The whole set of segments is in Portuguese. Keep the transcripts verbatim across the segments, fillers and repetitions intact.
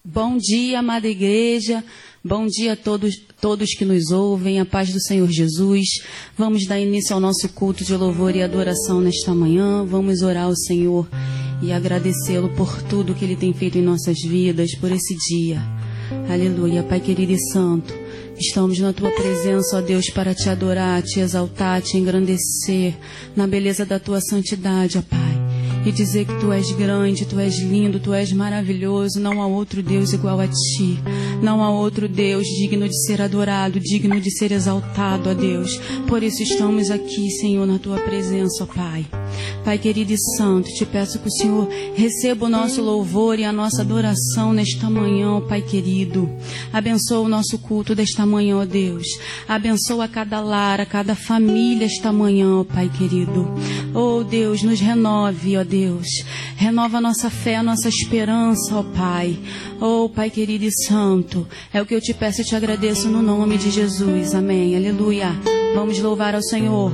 Bom dia, amada igreja. Bom dia a todos, todos que nos ouvem. A paz do Senhor Jesus. Vamos dar início ao nosso culto de louvor e adoração nesta manhã. Vamos orar ao Senhor e agradecê-lo por tudo que Ele tem feito em nossas vidas, por esse dia. Aleluia. Pai querido e santo, estamos na Tua presença, ó Deus, para Te adorar, Te exaltar, Te engrandecer na beleza da Tua santidade, ó Pai. E dizer que Tu és grande, Tu és lindo, Tu és maravilhoso. Não há outro Deus igual a Ti. Não há outro Deus digno de ser adorado, digno de ser exaltado, ó Deus. Por isso estamos aqui, Senhor, na Tua presença, ó Pai. Pai querido e santo, Te peço que o Senhor receba o nosso louvor e a nossa adoração nesta manhã, ó Pai querido. Abençoa o nosso culto desta manhã, ó Deus. Abençoa cada lar, a cada família esta manhã, ó Pai querido. Oh Deus, nos renove, ó Deus. Deus, renova a nossa fé, a nossa esperança, ó Pai. Oh Pai querido e santo, é o que eu Te peço e Te agradeço no nome de Jesus. Amém, aleluia. Vamos louvar ao Senhor.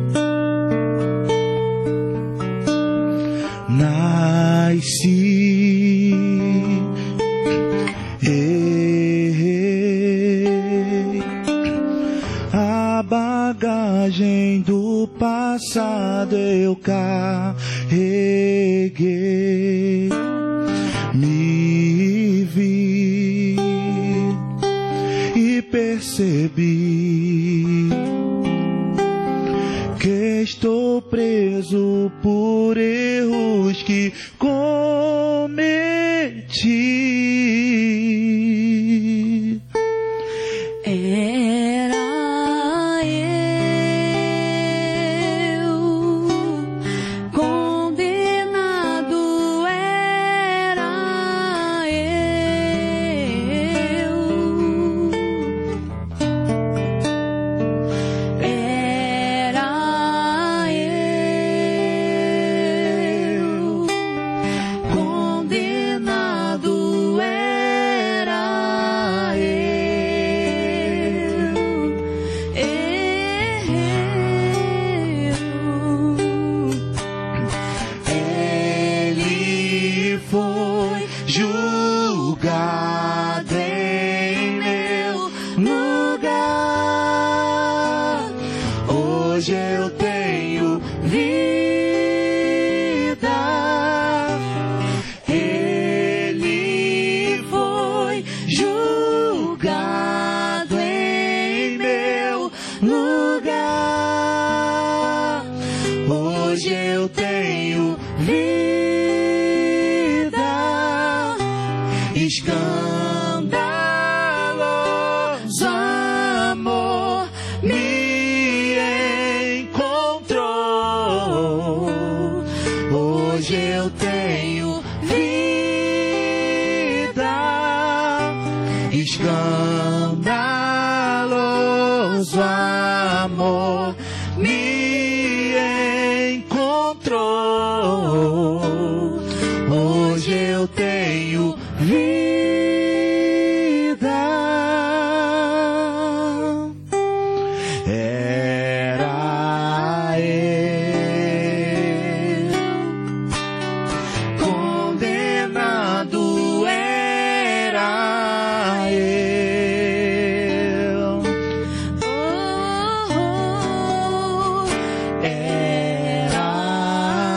Nasci, errei, a bagagem do passado eu carreguei, me vi e percebi que estou preso por erros que cometi. Era escandaloso amor me encontrou. Hoje eu tenho vida. Era eu condenado, era eu. Oh, oh, era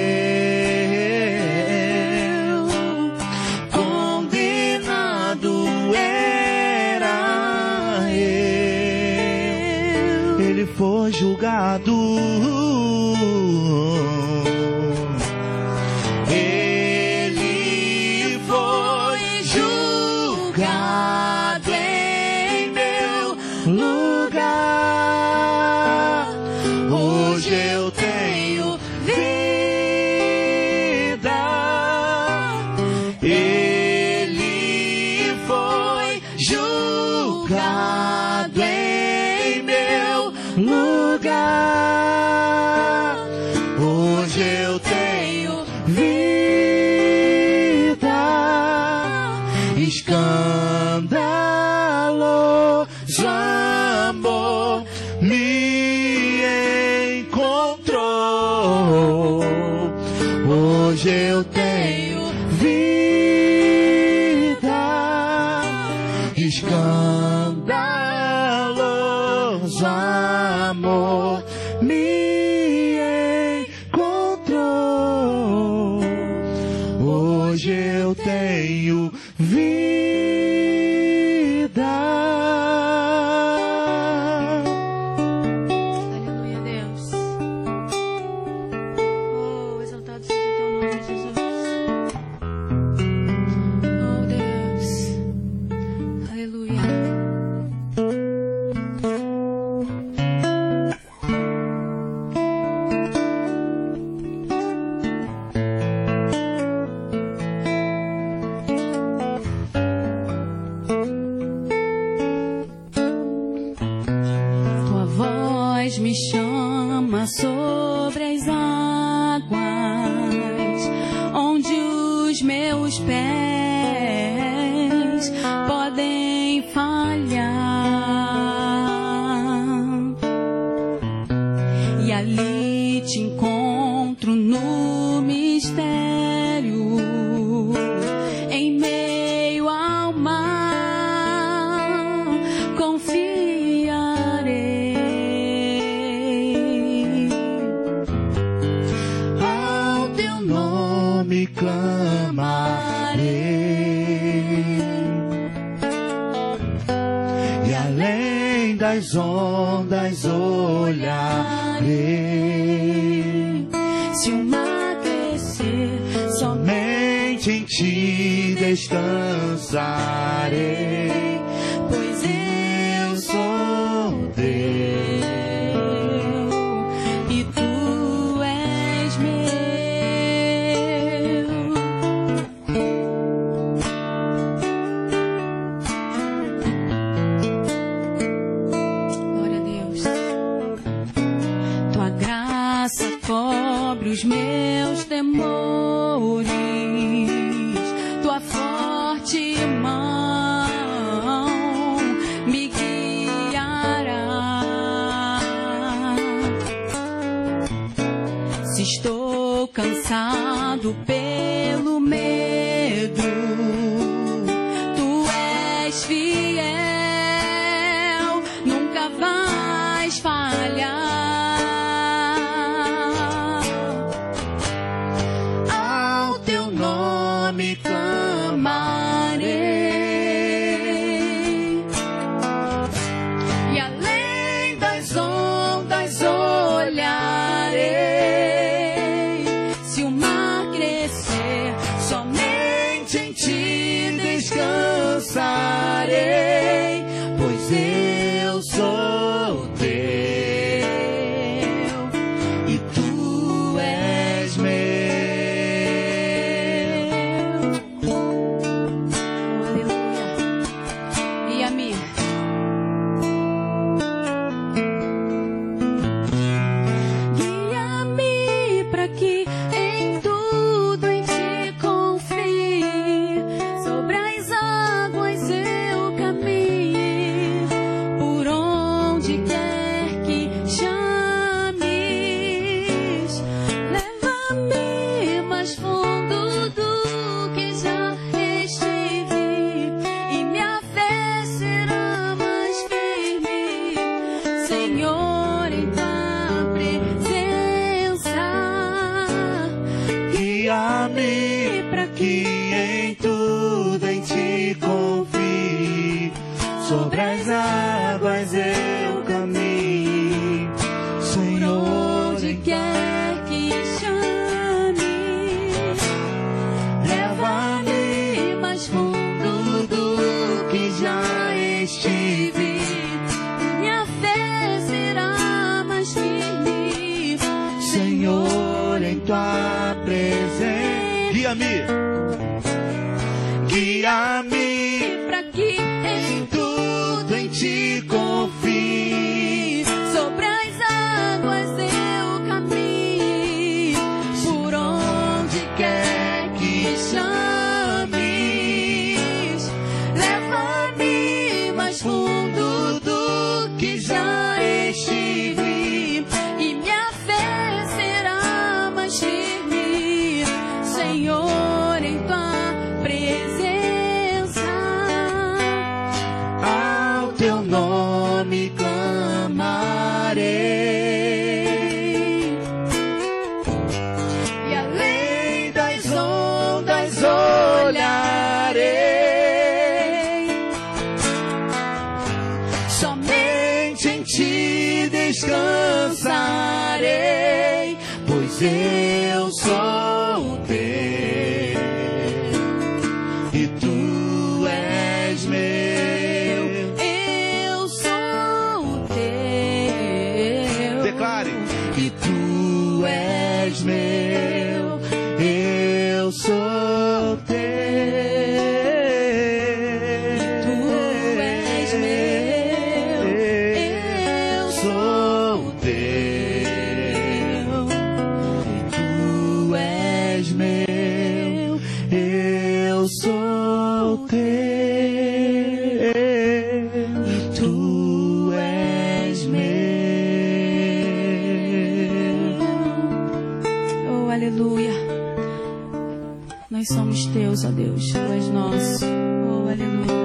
eu condenado, era eu. Ele foi julgado. Ele foi julgado em meu lugar. Hoje eu tenho vida. Ele foi julgado em meu lugar. Hoje eu tenho vida. Escandaloso amor me encontrou. Hoje eu tenho vida. voz me chama sobre as águas, onde os meus pés podem falhar. E ali te encontro no mistério, em meio ao mar, confiarei. Ao teu nome clamarei, e além das ondas olharei. Se o mar crescer, Somente em ti descansarei, pois eu sou teu. e tu és meu. Glória a Deus. Tua graça cobre os meus temores, tua forte mão me guiará. Se estou cansado pelo medo, tu és fiel, nunca vais falhar. Ao teu nome clamarei, E além das ondas olharei. se o mar crescer, Somente em ti descansarei, pois eu sou teu e tu és meu. aleluia. Guia-me, guia-me para que em tudo em ti confie, sobre as águas eu caminhe, por onde quer que chames, leva-me mais fundo do que já estive, e minha fé será mais firme, Senhor, em tua presença. Guia-me para que em tudo em ti confie, sobre as águas eu caminhe, Por Senhor, onde quer que chame, leva-me mais fundo do que já estive, minha fé será mais firme, Senhor, em tua presença. Guia-me, guia-me para que em tudo em ti confie, sobre as águas eu caminhe, por onde quer que chames, leva-me mais fundo do que já estive, e minha fé será mais firme, Senhor, em tua presença. ao teu nome clamarei, E além das ondas olharei, somente em ti descansarei, pois eu sou teu e tu és meu. eu sou teu. Declare. E tu és meu. Eu sou teu. Tu és meu. Eu sou Deus, ó Deus, Tu és nosso. Oh, aleluia.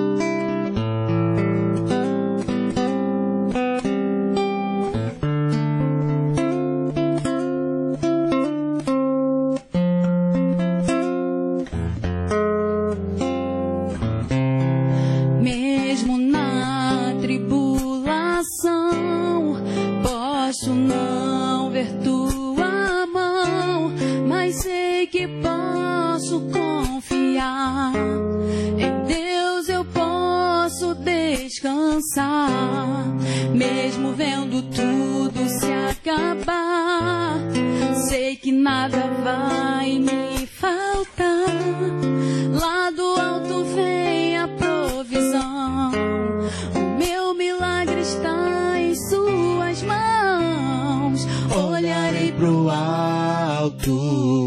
Mesmo na tribulação, posso não ver Tua mão, mas sei que posso confiar. Em Deus eu posso descansar. Mesmo vendo tudo se acabar, sei que nada vai me faltar. Lá do alto vem a provisão. O meu milagre está em Suas mãos. Olharei pro alto,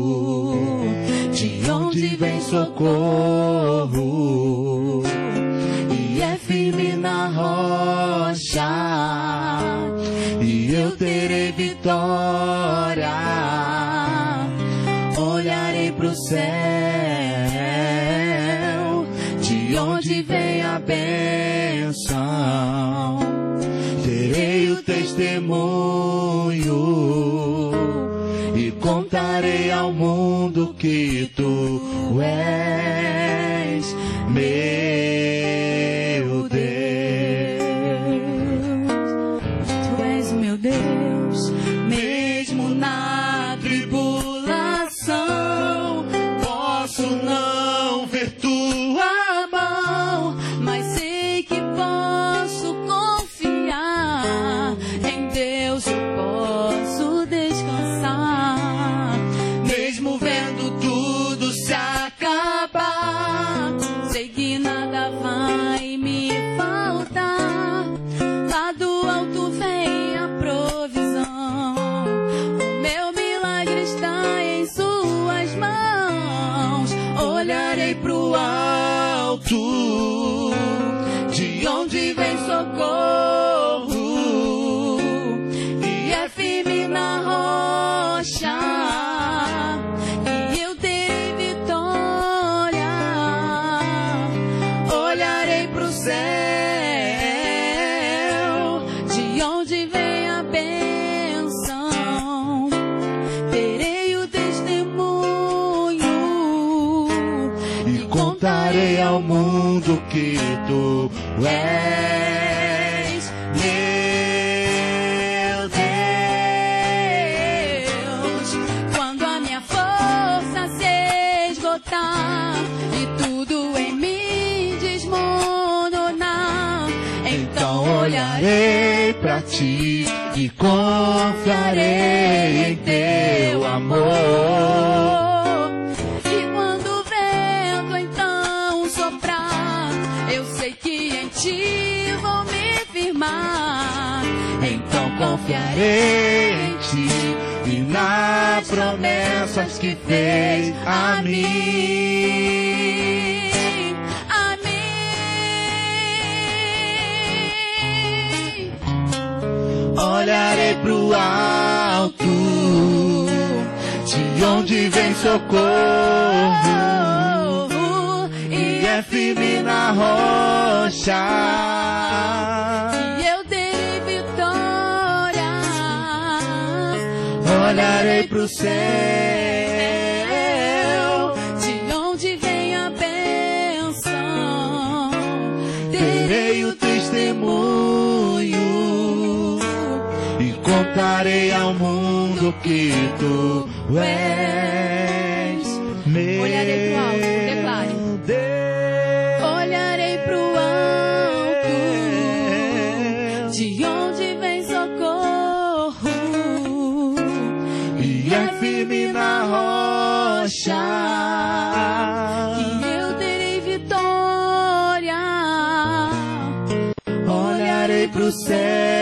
de onde vem socorro, e é firme na rocha, e eu terei vitória. Olharei pro céu, de onde vem a bênção. Terei o testemunho e contarei ao mundo que Tu és meu Deus. Tu és meu Deus. Mesmo na tribulação, posso não ver Tua mão, mas sei que posso confiar. Em Deus eu posso descansar. Mesmo vendo tudo se acabar, sei que nada vai me faltar. Lá do alto vem a provisão. O meu milagre está em Suas mãos. Olharei pro alto, de onde vem socorro, e é firme na rocha, e eu terei vitória. Olharei pro céu, de onde vem a bênção. Terei o testemunho e contarei ao mundo que Tu és meu Deus. Quando a minha força se esgotar e tudo em mim desmoronar, então olharei pra Ti e confiarei em Teu amor. E quando o vento então soprar, eu sei que em Ti vou me firmar. Então confiarei em Ti e nas promessas que fez a mim. A mim. Olharei pro alto, de onde vem socorro, e é firme na rocha, e eu terei vitória. Olharei pro céu, de onde vem a bênção. Terei o testemunho e contarei ao mundo que Tu és meu. Olharei pro alto, declare. Olharei pro alto, de onde vem socorro, e é firme na rocha, e eu terei vitória. olharei pro céu,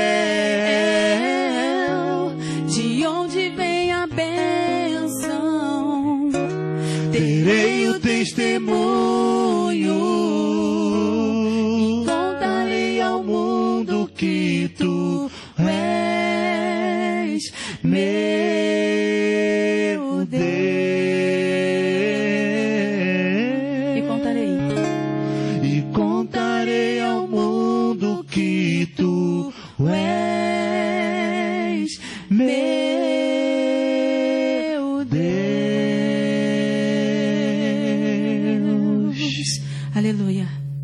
de onde vem a bênção. terei o testemunho e contarei ao mundo que Tu és meu Deus. acredito que tu és meu Deus. Aleluia.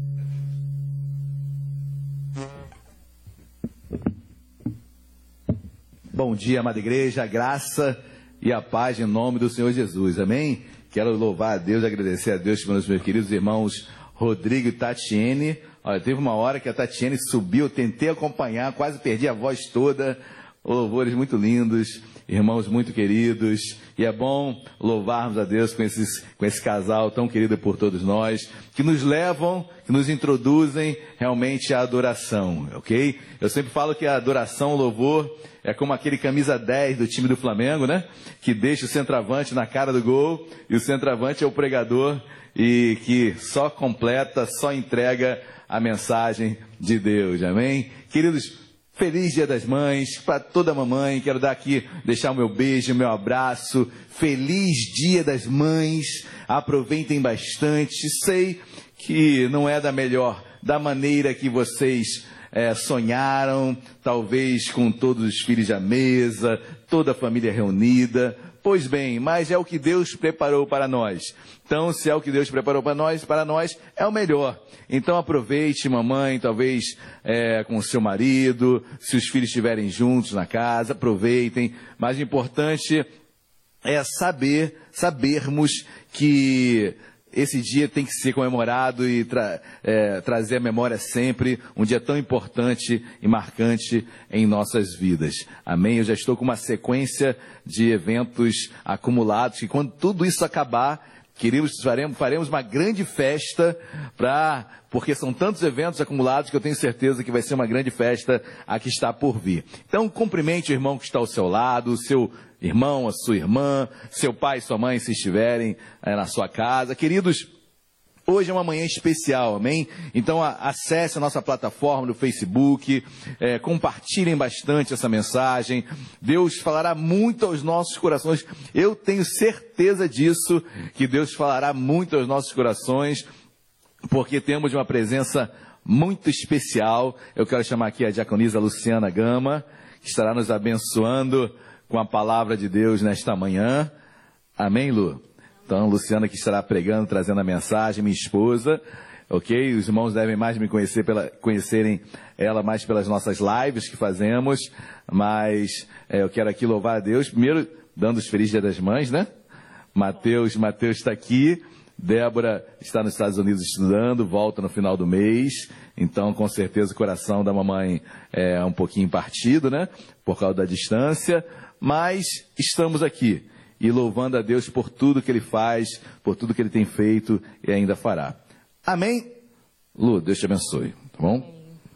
Bom dia, amada igreja, a graça e a paz em nome do Senhor Jesus, amém? Quero louvar a Deus, agradecer a Deus pelos meus queridos irmãos Rodrigo e Tatiene. Olha, teve uma hora que a Tatiene subiu, eu tentei acompanhar, quase perdi a voz toda. Louvores muito lindos, irmãos muito queridos, e é bom louvarmos a Deus com, esses, com esse casal tão querido por todos nós, que nos levam, que nos introduzem realmente à adoração, ok? Eu sempre falo que a adoração, o louvor, é como aquele camisa dez do time do Flamengo, né? Que deixa o centroavante na cara do gol, e o centroavante é o pregador, e que só completa, só entrega a mensagem de Deus, amém? Queridos, feliz Dia das Mães, para toda mamãe, quero dar aqui, deixar o meu beijo, o meu abraço, feliz Dia das Mães, aproveitem bastante, sei que não é da melhor, da maneira que vocês é, sonharam, talvez com todos os filhos à mesa, toda a família reunida, pois bem, mas é o que Deus preparou para nós. Então, se é o que Deus preparou para nós, para nós é o melhor. Então, aproveite, mamãe, talvez é, com o seu marido, se os filhos estiverem juntos na casa, aproveitem. Mas o importante é saber, sabermos que esse dia tem que ser comemorado e tra é, trazer à memória sempre um dia tão importante e marcante em nossas vidas. Amém? Eu já estou com uma sequência de eventos acumulados que quando tudo isso acabar, queridos, faremos, faremos uma grande festa, pra, porque são tantos eventos acumulados que eu tenho certeza que vai ser uma grande festa a que está por vir. Então, cumprimente o irmão que está ao seu lado, o seu irmão, a sua irmã, seu pai e sua mãe, se estiverem é, na sua casa. Queridos, hoje é uma manhã especial, amém? Então a, acesse a nossa plataforma no Facebook, é, compartilhem bastante essa mensagem. Deus falará muito aos nossos corações. Eu tenho certeza disso, que Deus falará muito aos nossos corações, porque temos uma presença muito especial. Eu quero chamar aqui a diaconisa Luciana Gama, que estará nos abençoando com a palavra de Deus nesta manhã. Amém, Lu? Então, Luciana que estará pregando, trazendo a mensagem, minha esposa, ok? Os irmãos devem mais me conhecer, pela, conhecerem ela mais pelas nossas lives que fazemos, mas é, eu quero aqui louvar a Deus, primeiro dando os felizes Dia das Mães, né? Mateus, Mateus está aqui, Débora está nos Estados Unidos estudando, volta no final do mês, então com certeza o coração da mamãe é um pouquinho partido, né? Por causa da distância, mas estamos aqui. E louvando a Deus por tudo que Ele faz, por tudo que Ele tem feito e ainda fará. Amém? Lu, Deus te abençoe, tá bom?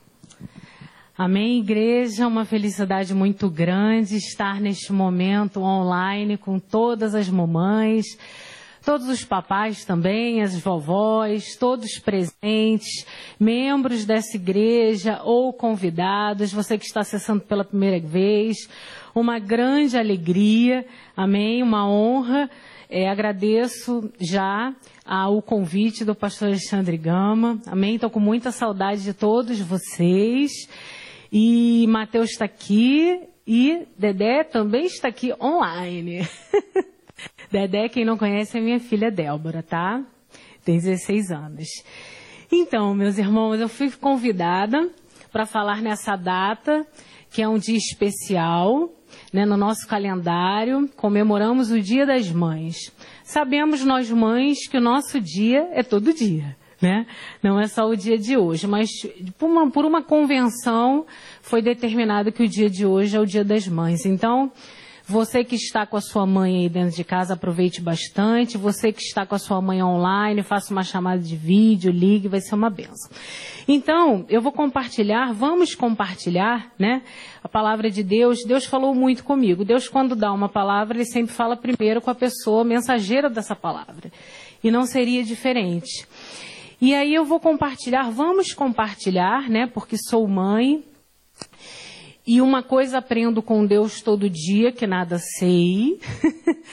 Amém, igreja, uma felicidade muito grande estar neste momento online com todas as mamães, todos os papais também, as vovós, todos presentes, membros dessa igreja ou convidados, você que está acessando pela primeira vez, uma grande alegria, amém, uma honra, é, agradeço já ao convite do pastor Alexandre Gama, amém, estou com muita saudade de todos vocês, e Mateus está aqui, e Dedé também está aqui online. Dedé, quem não conhece, é minha filha Débora, tá? Tem dezesseis anos. Então, meus irmãos, eu fui convidada para falar nessa data, que é um dia especial, né, no nosso calendário, comemoramos o Dia das Mães. Sabemos nós mães que o nosso dia é todo dia, né? Não é só o dia de hoje, mas por uma, por uma convenção foi determinado que o dia de hoje é o Dia das Mães. Então, você que está com a sua mãe aí dentro de casa, aproveite bastante. Você que está com a sua mãe online, faça uma chamada de vídeo, ligue, vai ser uma benção. Então, eu vou compartilhar, vamos compartilhar, né, a palavra de Deus. Deus falou muito comigo. Deus, quando dá uma palavra, Ele sempre fala primeiro com a pessoa mensageira dessa palavra. E não seria diferente. E aí eu vou compartilhar, vamos compartilhar, né, porque sou mãe. E uma coisa aprendo com Deus todo dia, que nada sei.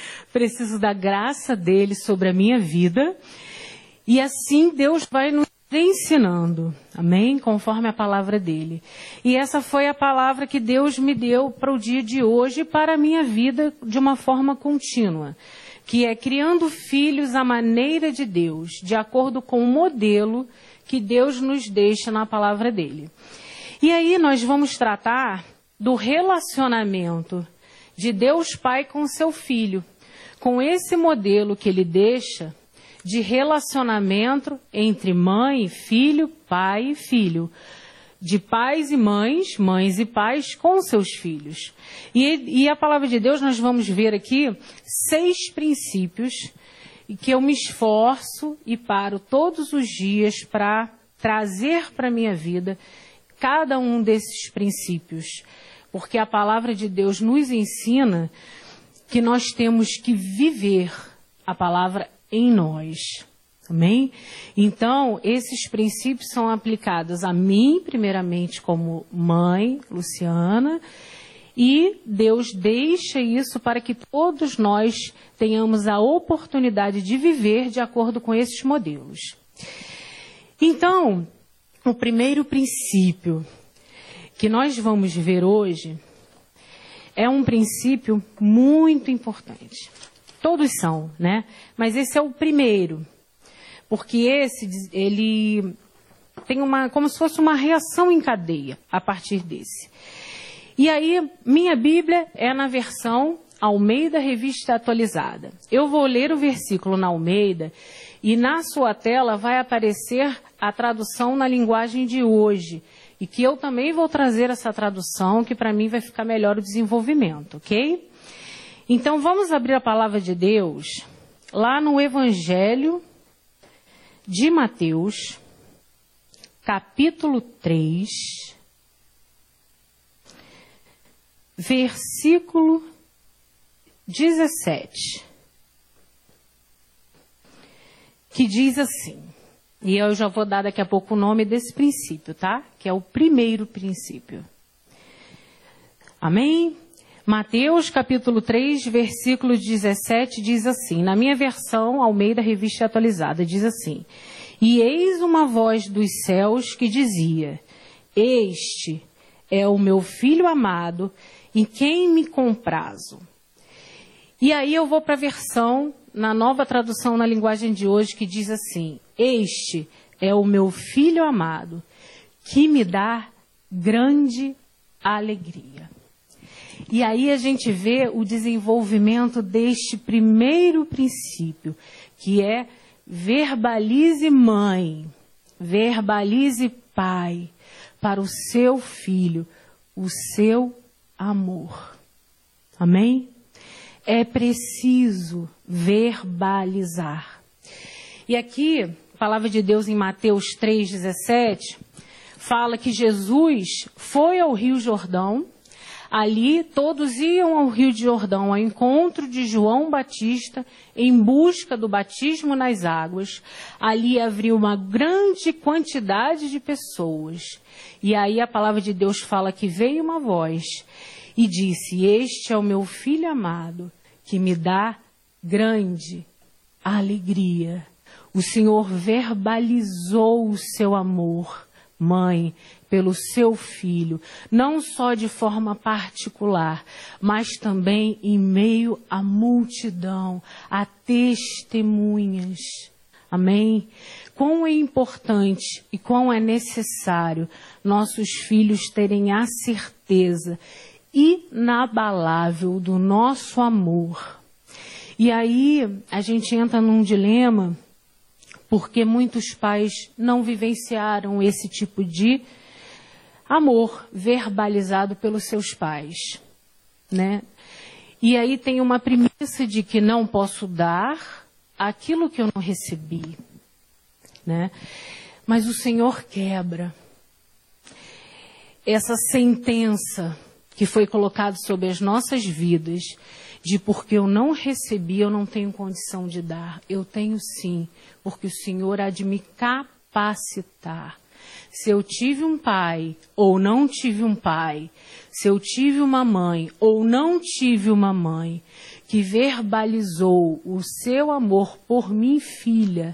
Preciso da graça dele sobre a minha vida. E assim Deus vai nos ensinando, amém? Conforme a palavra dele. E essa foi a palavra que Deus me deu para o dia de hoje e para a minha vida de uma forma contínua, que é criando filhos à maneira de Deus, de acordo com o modelo que Deus nos deixa na palavra dele. E aí nós vamos tratar do relacionamento de Deus Pai com seu Filho, com esse modelo que ele deixa de relacionamento entre mãe e filho, pai e filho, de pais e mães, mães e pais com seus filhos. E, e a palavra de Deus, nós vamos ver aqui seis princípios que eu me esforço e paro todos os dias para trazer para a minha vida cada um desses princípios. Porque a palavra de Deus nos ensina que nós temos que viver a palavra em nós. Amém? Então, esses princípios são aplicados a mim, primeiramente, como mãe, Luciana, e Deus deixa isso para que todos nós tenhamos a oportunidade de viver de acordo com esses modelos. Então, o primeiro princípio que nós vamos ver hoje é um princípio muito importante. Todos são, né? Mas esse é o primeiro. Porque esse, ele tem uma, como se fosse uma reação em cadeia a partir desse. E aí, minha Bíblia é na versão Almeida Revista Atualizada. Eu vou ler o versículo na Almeida e na sua tela vai aparecer a tradução na linguagem de hoje. E que eu também vou trazer essa tradução, que para mim vai ficar melhor o desenvolvimento, ok? Então, vamos abrir a palavra de Deus lá no Evangelho de Mateus, capítulo três, versículo dezessete, que diz assim, e eu já vou dar daqui a pouco o nome desse princípio, tá? Que é o primeiro princípio. Amém? Mateus, capítulo três, versículo dezessete, diz assim, na minha versão, Almeida Revista Atualizada, diz assim, e eis uma voz dos céus que dizia, este é o meu filho amado, em quem me comprazo. E aí eu vou para a versão, na nova tradução na linguagem de hoje, que diz assim, este é o meu filho amado, que me dá grande alegria. E aí a gente vê o desenvolvimento deste primeiro princípio, que é verbalize mãe, verbalize pai, para o seu filho, o seu amor. Amém? É preciso verbalizar. E aqui, a palavra de Deus em Mateus três, dezessete, fala que Jesus foi ao Rio Jordão. Ali, todos iam ao Rio de Jordão, ao encontro de João Batista, em busca do batismo nas águas. Ali havia uma grande quantidade de pessoas. E aí a palavra de Deus fala que veio uma voz e disse, este é o meu filho amado, que me dá grande alegria. O Senhor verbalizou o seu amor, mãe, pelo seu filho, não só de forma particular, mas também em meio à multidão, a testemunhas. Amém? Quão é importante e quão é necessário nossos filhos terem a certeza inabalável do nosso amor. E aí a gente entra num dilema, porque muitos pais não vivenciaram esse tipo de amor verbalizado pelos seus pais, né? E aí tem uma premissa de que não posso dar aquilo que eu não recebi, né? Mas o Senhor quebra essa sentença que foi colocada sobre as nossas vidas, de porque eu não recebi, eu não tenho condição de dar. Eu tenho sim, porque o Senhor há de me capacitar. Se eu tive um pai ou não tive um pai, se eu tive uma mãe ou não tive uma mãe, que verbalizou o seu amor por mim, filha,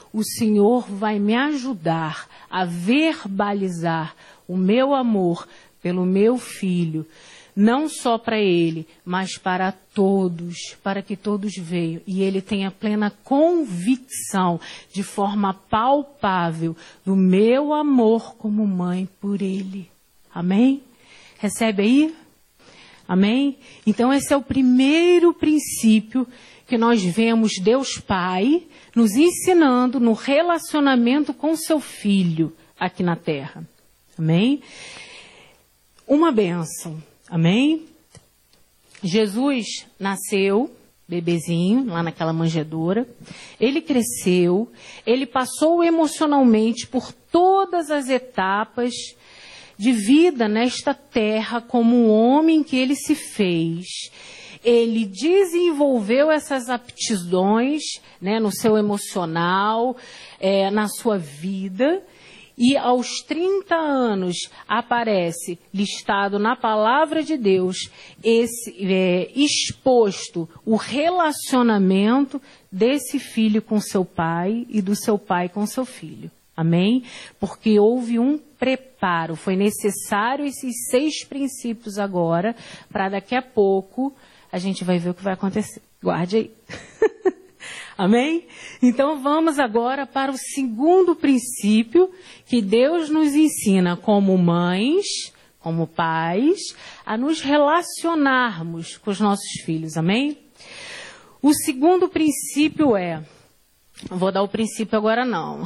o Senhor vai me ajudar a verbalizar o meu amor pelo meu filho, não só para ele, mas para todos, para que todos vejam. E ele tenha plena convicção, de forma palpável, do meu amor como mãe por ele. Amém? Recebe aí? Amém? Então esse é o primeiro princípio que nós vemos Deus Pai nos ensinando no relacionamento com seu filho aqui na terra. Amém? Uma bênção. Amém? Jesus nasceu, bebezinho, lá naquela manjedoura. Ele cresceu, ele passou emocionalmente por todas as etapas de vida nesta terra como um homem que ele se fez. Ele desenvolveu essas aptidões, né, no seu emocional, é, na sua vida. E aos trinta anos aparece listado na palavra de Deus, esse, é, exposto o relacionamento desse filho com seu pai e do seu pai com seu filho. Amém? Porque houve um preparo, foi necessário esses seis princípios agora, para daqui a pouco a gente vai ver o que vai acontecer. Guarde aí. Amém? Então vamos agora para o segundo princípio que Deus nos ensina como mães, como pais, a nos relacionarmos com os nossos filhos. Amém? O segundo princípio é, não vou dar o princípio agora não.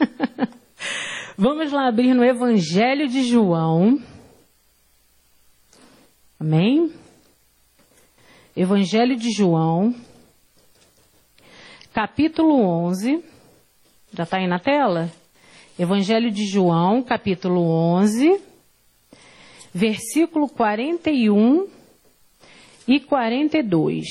Vamos lá abrir no Evangelho de João. Amém? Evangelho de João, capítulo onze. Já está aí na tela? Evangelho de João, capítulo onze, versículo quarenta e um e quarenta e dois.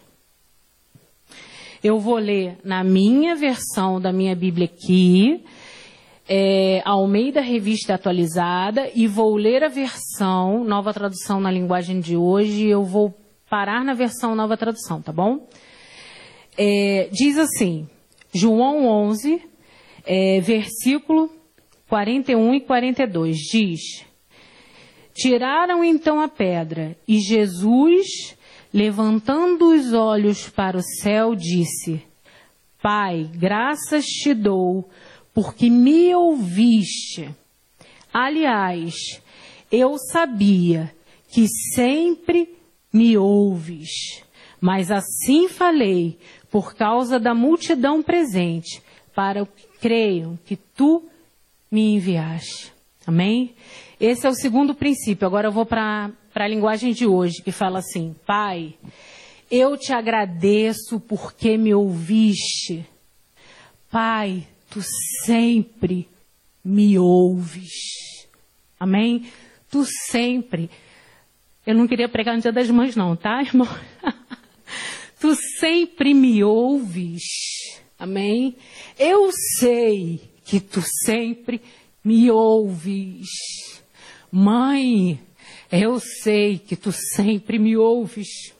Eu vou ler na minha versão da minha Bíblia aqui, é, Almeida Revista Atualizada, e vou ler a versão, nova tradução na linguagem de hoje, eu vou parar na versão nova tradução, tá bom? É, diz assim, João onze, é, versículo quarenta e um e quarenta e dois, diz: tiraram então a pedra, e Jesus, levantando os olhos para o céu, disse: Pai, graças te dou, porque me ouviste. Aliás, eu sabia que sempre me ouves, mas assim falei por causa da multidão presente, para que creiam que tu me enviaste. Amém? Esse é o segundo princípio. Agora eu vou para a linguagem de hoje, que fala assim: Pai, eu te agradeço porque me ouviste. Pai, tu sempre me ouves. Amém? Tu sempre. Eu não queria pregar no Dia das Mães não, tá, irmão? Tu sempre me ouves. Amém? Eu sei que tu sempre me ouves. Mãe, eu sei que tu sempre me ouves.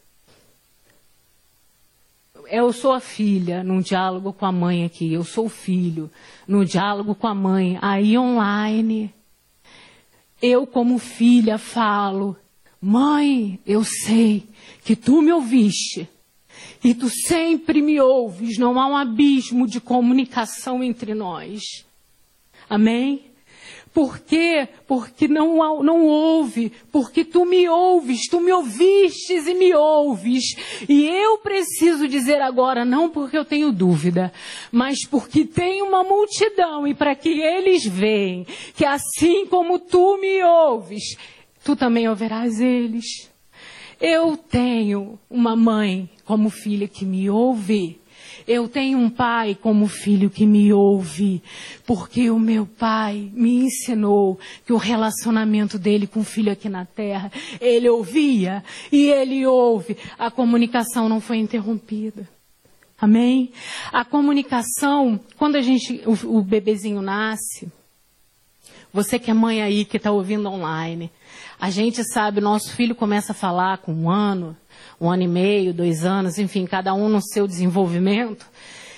Eu sou a filha num diálogo com a mãe aqui. Eu sou o filho no diálogo com a mãe aí online. Eu como filha falo: Mãe, eu sei que tu me ouviste. E tu sempre me ouves. Não há um abismo de comunicação entre nós. Amém? Por quê? Porque não, não houve, porque tu me ouves, tu me ouvistes e me ouves. E eu preciso dizer agora, não porque eu tenho dúvida, mas porque tem uma multidão e para que eles vejam que assim como tu me ouves, tu também ouvirás eles. Eu tenho uma mãe como filha que me ouve. Eu tenho um pai como filho que me ouve, porque o meu pai me ensinou que o relacionamento dele com o filho aqui na terra, ele ouvia e ele ouve. A comunicação não foi interrompida. Amém? A comunicação, quando a gente, o, o bebezinho nasce, você que é mãe aí que está ouvindo online, a gente sabe, nosso filho começa a falar com um ano, um ano e meio, dois anos, enfim, cada um no seu desenvolvimento.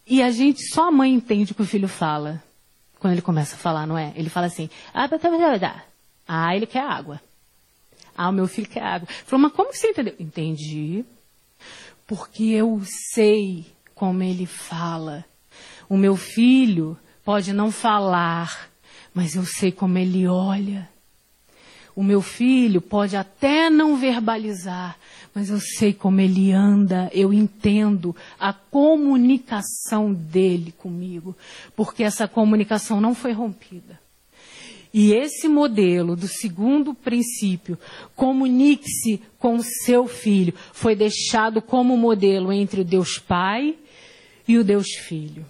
E a gente, só a mãe entende o que o filho fala. Quando ele começa a falar, não é? Ele fala assim, ah, ah ele quer água. Ah, o meu filho quer água. Falou, mas como que você entendeu? Entendi. Porque eu sei como ele fala. O meu filho pode não falar, mas eu sei como ele olha. O meu filho pode até não verbalizar, mas eu sei como ele anda, eu entendo a comunicação dele comigo, porque essa comunicação não foi rompida. E esse modelo do segundo princípio, comunique-se com o seu filho, foi deixado como modelo entre o Deus Pai e o Deus Filho.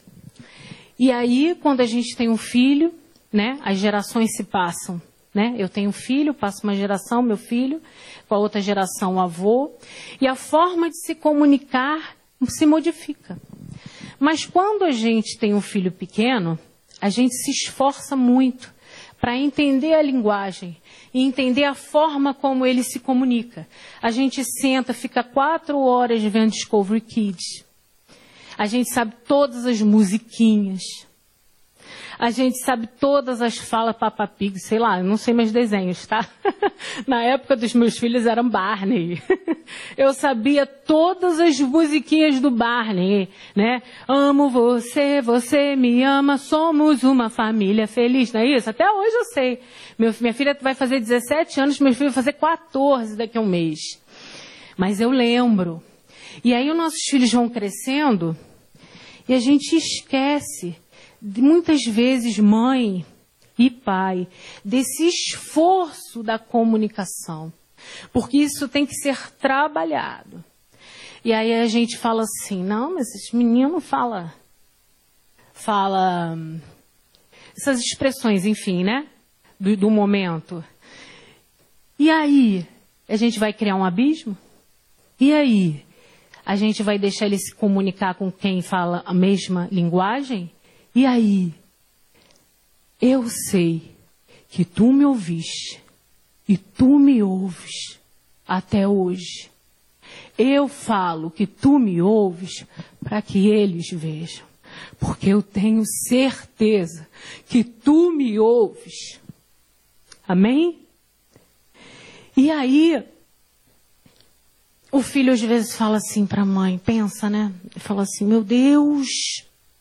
E aí, quando a gente tem um filho, né, as gerações se passam. Né? Eu tenho um filho, passo uma geração, meu filho, com a outra geração, o avô, e a forma de se comunicar se modifica. Mas quando a gente tem um filho pequeno, a gente se esforça muito para entender a linguagem e entender a forma como ele se comunica. A gente senta, fica quatro horas vendo Discovery Kids. A gente sabe todas as musiquinhas. A gente sabe todas as falas Peppa Pig, sei lá, eu não sei mais desenhos, tá? Na época dos meus filhos eram Barney. Eu sabia todas as musiquinhas do Barney, né? Amo você, você me ama, somos uma família feliz, não é isso? Até hoje eu sei. Meu, minha filha vai fazer dezessete anos, meu filho vai fazer quatorze daqui a um mês. Mas eu lembro. E aí os nossos filhos vão crescendo e a gente esquece. Muitas vezes, mãe e pai, desse esforço da comunicação. Porque isso tem que ser trabalhado. E aí a gente fala assim, não, mas esse menino fala, fala, essas expressões, enfim, né, do, do momento. E aí, a gente vai criar um abismo? E aí, a gente vai deixar ele se comunicar com quem fala a mesma linguagem? E aí, eu sei que tu me ouviste e tu me ouves até hoje. Eu falo que tu me ouves para que eles vejam, porque eu tenho certeza que tu me ouves. Amém? E aí, o filho às vezes fala assim para a mãe, pensa, né? Ele fala assim, meu Deus...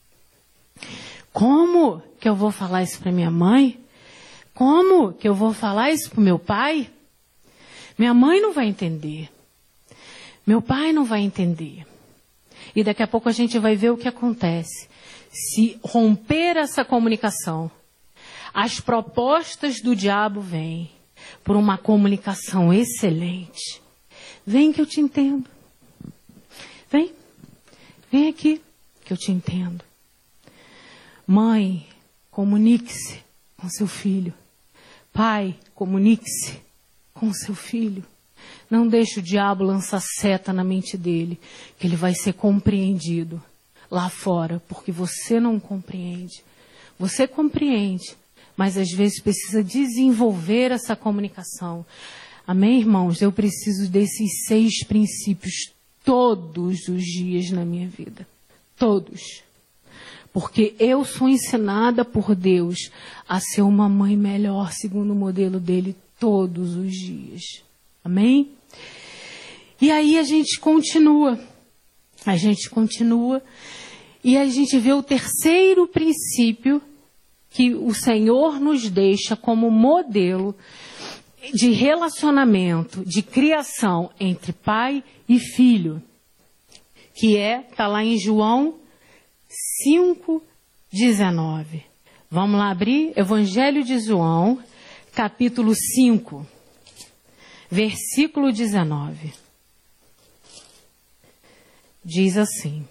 Como que eu vou falar isso para minha mãe? Como que eu vou falar isso para o meu pai? Minha mãe não vai entender. Meu pai não vai entender. E daqui a pouco a gente vai ver o que acontece. Se romper essa comunicação, as propostas do diabo vêm por uma comunicação excelente. Vem que eu te entendo. Vem. Vem aqui que eu te entendo. Mãe, comunique-se com seu filho. Pai, comunique-se com seu filho. Não deixe o diabo lançar seta na mente dele, que ele vai ser compreendido lá fora, porque você não compreende. Você compreende, mas às vezes precisa desenvolver essa comunicação. Amém, irmãos? Eu preciso desses seis princípios todos os dias na minha vida. Todos. Porque eu sou ensinada por Deus a ser uma mãe melhor, segundo o modelo dele, todos os dias. Amém? E aí a gente continua. A gente continua. E a gente vê o terceiro princípio que o Senhor nos deixa como modelo de relacionamento, de criação entre pai e filho. Que é, está lá em João cinco, dezenove. Vamos lá abrir? Evangelho de João, capítulo cinco, versículo dezenove. Diz assim.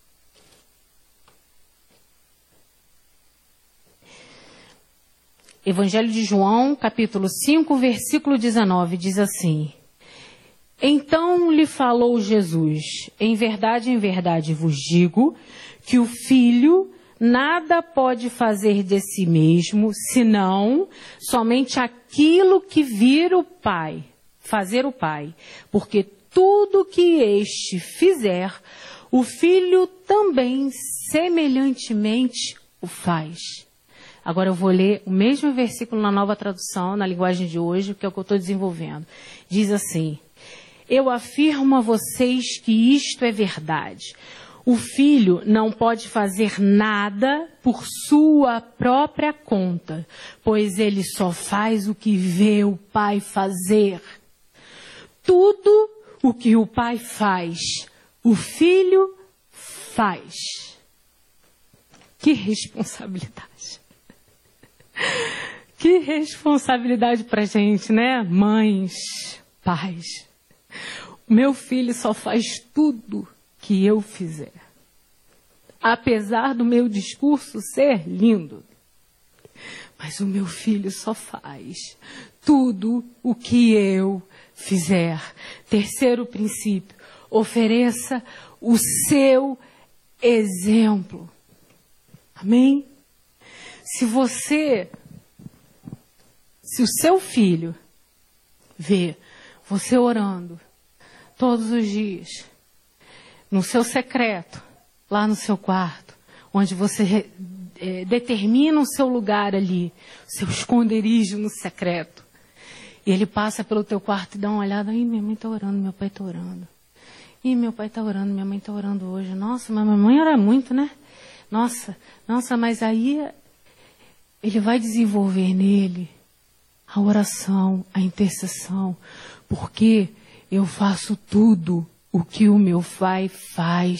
Evangelho de João, capítulo cinco, versículo dezenove, diz assim. Então lhe falou Jesus, em verdade, em verdade vos digo, que o filho nada pode fazer de si mesmo, senão somente aquilo que vir o Pai, fazer o Pai. Porque tudo que este fizer, o filho também semelhantemente o faz. Agora eu vou ler o mesmo versículo na Nova Tradução, na linguagem de hoje, que é o que eu estou desenvolvendo. Diz assim: eu afirmo a vocês que isto é verdade. O filho não pode fazer nada por sua própria conta, pois ele só faz o que vê o pai fazer. Tudo o que o pai faz, o filho faz. Que responsabilidade. Que responsabilidade pra gente, né? Mães, pais. Meu filho só faz tudo que eu fizer. Apesar do meu discurso ser lindo. Mas o meu filho só faz tudo o que eu fizer. Terceiro princípio. Ofereça o seu exemplo. Amém? Se você, se o seu filho vê você orando todos os dias, no seu secreto, lá no seu quarto, onde você é, determina o seu lugar ali, seu esconderijo no secreto, e ele passa pelo teu quarto e dá uma olhada, ih, minha mãe está orando, meu pai está orando. Ih, meu pai está orando, minha mãe está orando hoje. Nossa, mas minha mãe ora muito, né? Nossa, nossa, mas aí ele vai desenvolver nele a oração, a intercessão, porque eu faço tudo o que o meu pai faz.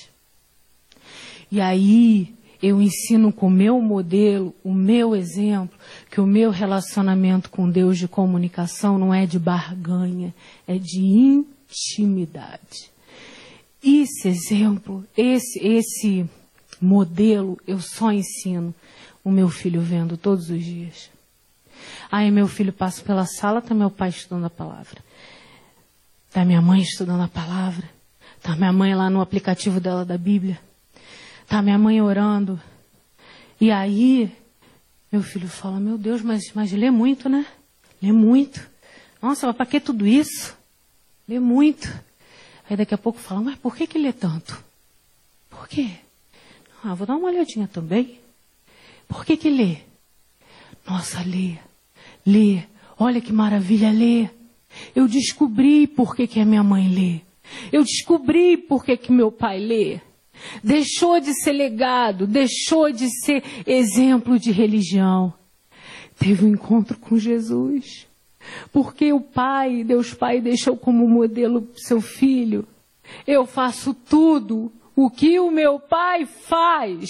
E aí eu ensino com o meu modelo, o meu exemplo, que o meu relacionamento com Deus de comunicação não é de barganha, é de intimidade. Esse exemplo, esse, esse modelo, eu só ensino o meu filho vendo todos os dias. Aí meu filho passa pela sala, está meu pai estudando a palavra. Está minha mãe estudando a palavra. Está minha mãe lá no aplicativo dela da Bíblia. Está minha mãe orando. E aí, meu filho fala, meu Deus, mas, mas lê muito, né? Lê muito. Nossa, mas para que tudo isso? Lê muito. Aí daqui a pouco fala, mas por que que lê tanto? Por quê? Ah, vou dar uma olhadinha também. Por que que lê? Nossa, lê. Lê. Olha que maravilha, lê. Eu descobri por que que a minha mãe lê. Eu descobri por que que meu pai lê. Deixou de ser legado, deixou de ser exemplo de religião. Teve um encontro com Jesus. Porque o Pai, Deus Pai, deixou como modelo seu filho. Eu faço tudo o que o meu Pai faz.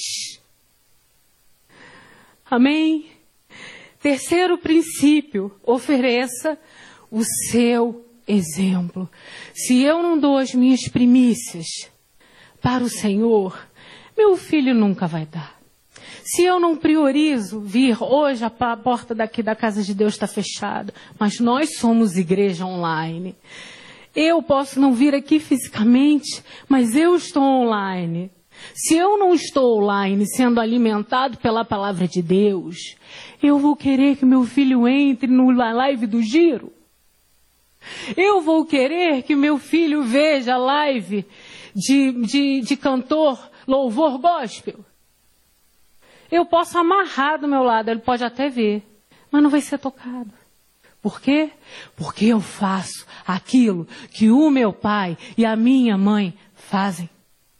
Amém? Terceiro princípio, ofereça o seu exemplo. Se eu não dou as minhas primícias para o Senhor, meu filho nunca vai dar. Se eu não priorizo vir, hoje a porta daqui da casa de Deus está fechada, mas nós somos igreja online. Eu posso não vir aqui fisicamente, mas eu estou online. Se eu não estou online sendo alimentado pela palavra de Deus, eu vou querer que meu filho entre na live do Giro? Eu vou querer que meu filho veja a live de, de, de cantor louvor gospel? Eu posso amarrar do meu lado, ele pode até ver, mas não vai ser tocado. Por quê? Porque eu faço aquilo que o meu pai e a minha mãe fazem.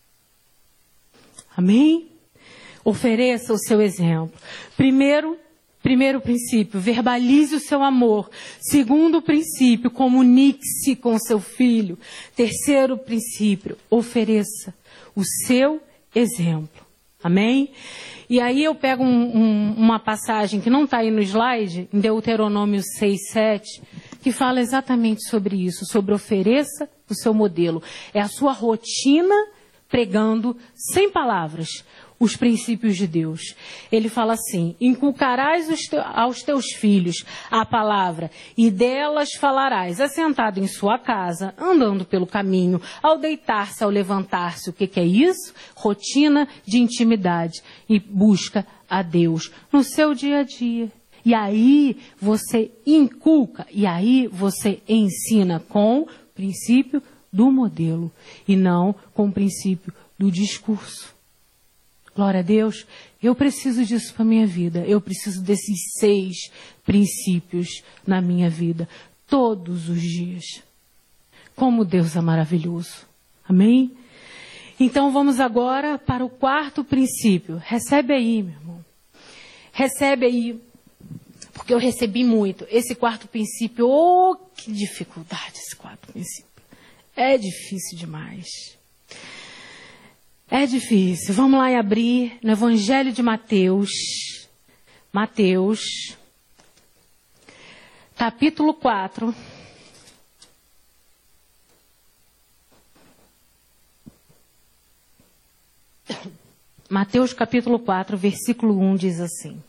Amém? Ofereça o seu exemplo. Primeiro, primeiro princípio, verbalize o seu amor. Segundo princípio, comunique-se com seu filho. Terceiro princípio, ofereça o seu exemplo. Amém? E aí eu pego um, um, uma passagem que não está aí no slide, em Deuteronômio seis, sete, que fala exatamente sobre isso, sobre ofereça o seu modelo. É a sua rotina pregando, sem palavras, os princípios de Deus. Ele fala assim, inculcarás os te, aos teus filhos a palavra, e delas falarás, assentado em sua casa, andando pelo caminho, ao deitar-se, ao levantar-se. O que, que é isso? Rotina de intimidade e busca a Deus no seu dia a dia. E aí você inculca, e aí você ensina com princípio do modelo e não com o princípio do discurso. Glória a Deus, eu preciso disso para a minha vida. Eu preciso desses seis princípios na minha vida, todos os dias. Como Deus é maravilhoso. Amém? Então vamos agora para o quarto princípio. Recebe aí, meu irmão. Recebe aí, porque eu recebi muito. Esse quarto princípio, oh, que dificuldade esse quarto princípio. É difícil demais. É difícil. Vamos lá e abrir no Evangelho de Mateus. Mateus, capítulo quatro. Mateus capítulo quatro, versículo um diz assim.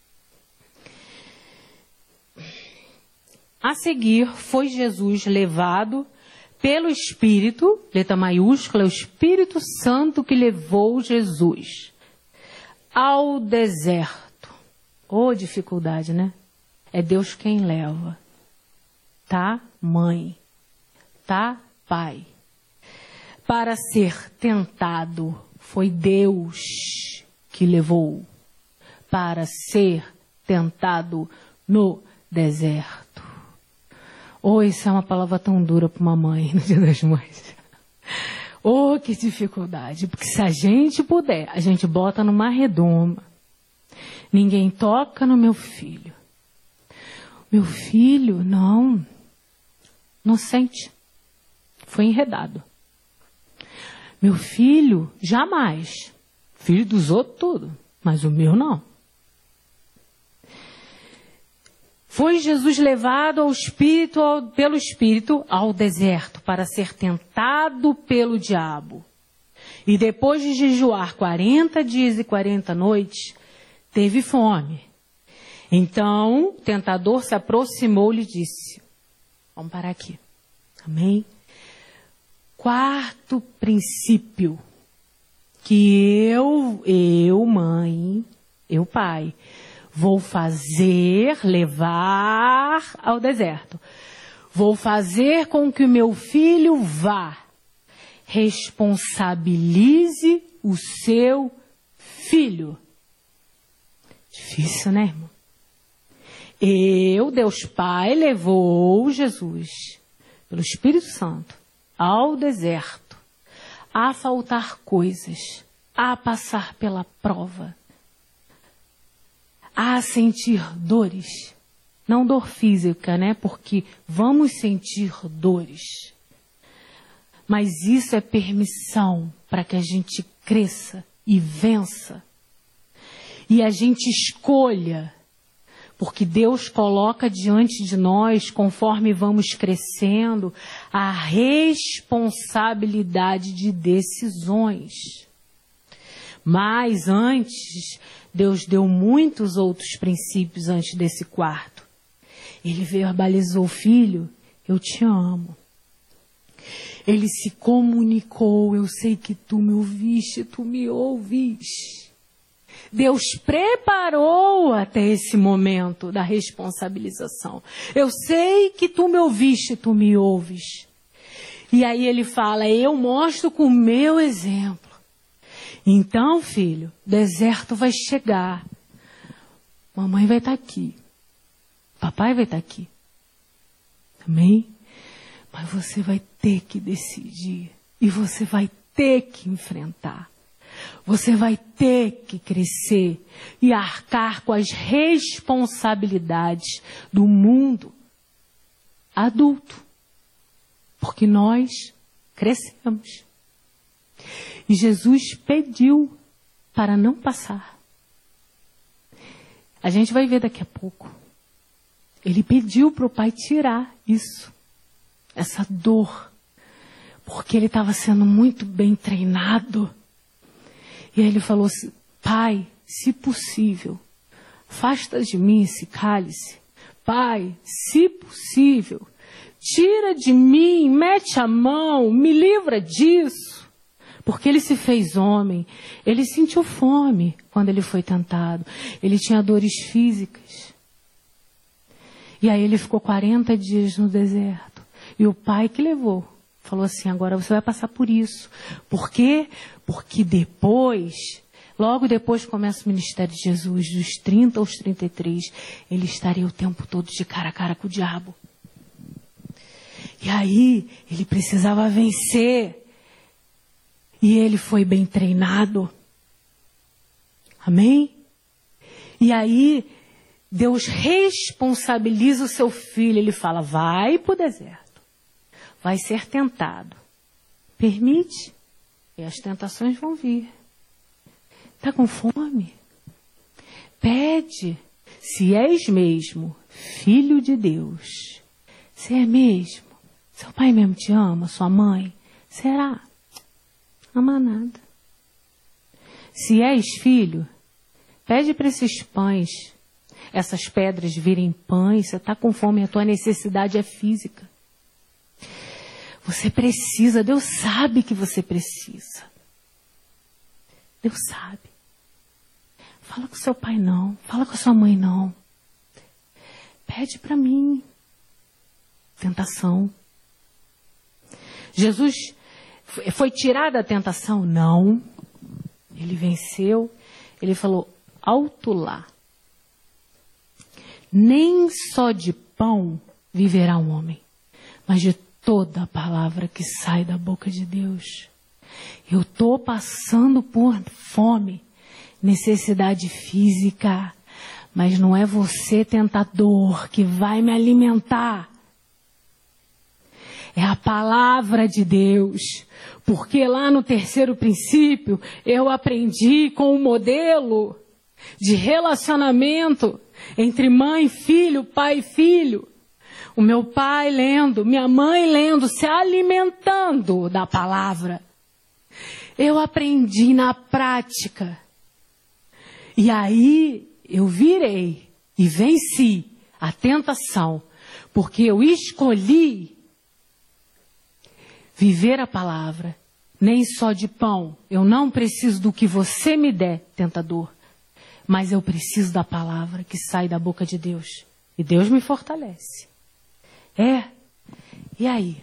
A seguir foi Jesus levado pelo Espírito, letra maiúscula, é o Espírito Santo que levou Jesus ao deserto. Oh, dificuldade, né? É Deus quem leva. Tá, mãe? Tá, pai? Para ser tentado, foi Deus que levou para ser tentado no deserto. Oh, isso é uma palavra tão dura para uma mãe no Dia das Mães. Oh, que dificuldade. Porque se a gente puder, a gente bota numa redoma. Ninguém toca no meu filho. Meu filho, não. Inocente. Foi enredado. Meu filho, jamais. Filho dos outros, tudo. Mas o meu, não. Foi Jesus levado ao Espírito, ao, pelo Espírito ao deserto para ser tentado pelo diabo. E depois de jejuar quarenta dias e quarenta noites, teve fome. Então, o tentador se aproximou e lhe disse, vamos parar aqui. Amém? Quarto princípio, que eu, eu mãe, eu pai, vou fazer, levar ao deserto. Vou fazer com que o meu filho vá. Responsabilize o seu filho. Difícil, né, irmão? Eu, Deus Pai, levou Jesus, pelo Espírito Santo, ao deserto, a faltar coisas, a passar pela prova, a sentir dores, não dor física, né? Porque vamos sentir dores. Mas isso é permissão para que a gente cresça e vença. E a gente escolha, porque Deus coloca diante de nós, conforme vamos crescendo, a responsabilidade de decisões. Mas antes, Deus deu muitos outros princípios antes desse quarto. Ele verbalizou, filho, eu te amo. Ele se comunicou, eu sei que tu me ouviste, tu me ouvis. Deus preparou até esse momento da responsabilização. Eu sei que tu me ouviste, tu me ouves. E aí ele fala, eu mostro com o meu exemplo. Então, filho, o deserto vai chegar. Mamãe vai estar aqui. Papai vai estar aqui. Amém? Mas você vai ter que decidir. E você vai ter que enfrentar. Você vai ter que crescer e arcar com as responsabilidades do mundo adulto. Porque nós crescemos. E Jesus pediu para não passar. A gente vai ver daqui a pouco. Ele pediu para o Pai tirar isso, essa dor, porque ele estava sendo muito bem treinado. E aí ele falou assim, Pai, se possível, afasta de mim esse cálice. Pai, se possível, tira de mim, mete a mão, me livra disso. Porque ele se fez homem, ele sentiu fome quando ele foi tentado. Ele tinha dores físicas. E aí ele ficou quarenta dias no deserto. E o Pai que levou falou assim, agora você vai passar por isso. Por quê? Porque depois, logo depois começa o ministério de Jesus, dos trinta aos trinta e três, ele estaria o tempo todo de cara a cara com o diabo. E aí, ele precisava vencer. E ele foi bem treinado. Amém? E aí, Deus responsabiliza o seu filho. Ele fala, vai para o deserto. Vai ser tentado. Permite. E as tentações vão vir. Está com fome? Pede. Se és mesmo filho de Deus. Se é mesmo. Seu pai mesmo te ama, sua mãe? Será? Ama nada. Se és filho, pede para esses pães, essas pedras virem pães. Você está com fome, a tua necessidade é física. Você precisa, Deus sabe que você precisa. Deus sabe. Fala com seu pai não, fala com a sua mãe não. Pede para mim. Tentação. Jesus foi tirado da tentação? Não. Ele venceu. Ele falou, alto lá. Nem só de pão viverá um homem, mas de toda a palavra que sai da boca de Deus. Eu estou passando por fome, necessidade física, mas não é você, tentador, que vai me alimentar. É a palavra de Deus. Porque lá no terceiro princípio, eu aprendi com um modelo de relacionamento entre mãe e filho, pai e filho. O meu pai lendo, minha mãe lendo, se alimentando da palavra. Eu aprendi na prática. E aí eu virei e venci a tentação. Porque eu escolhi viver a palavra, nem só de pão. Eu não preciso do que você me der, tentador. Mas eu preciso da palavra que sai da boca de Deus. E Deus me fortalece. É. E aí?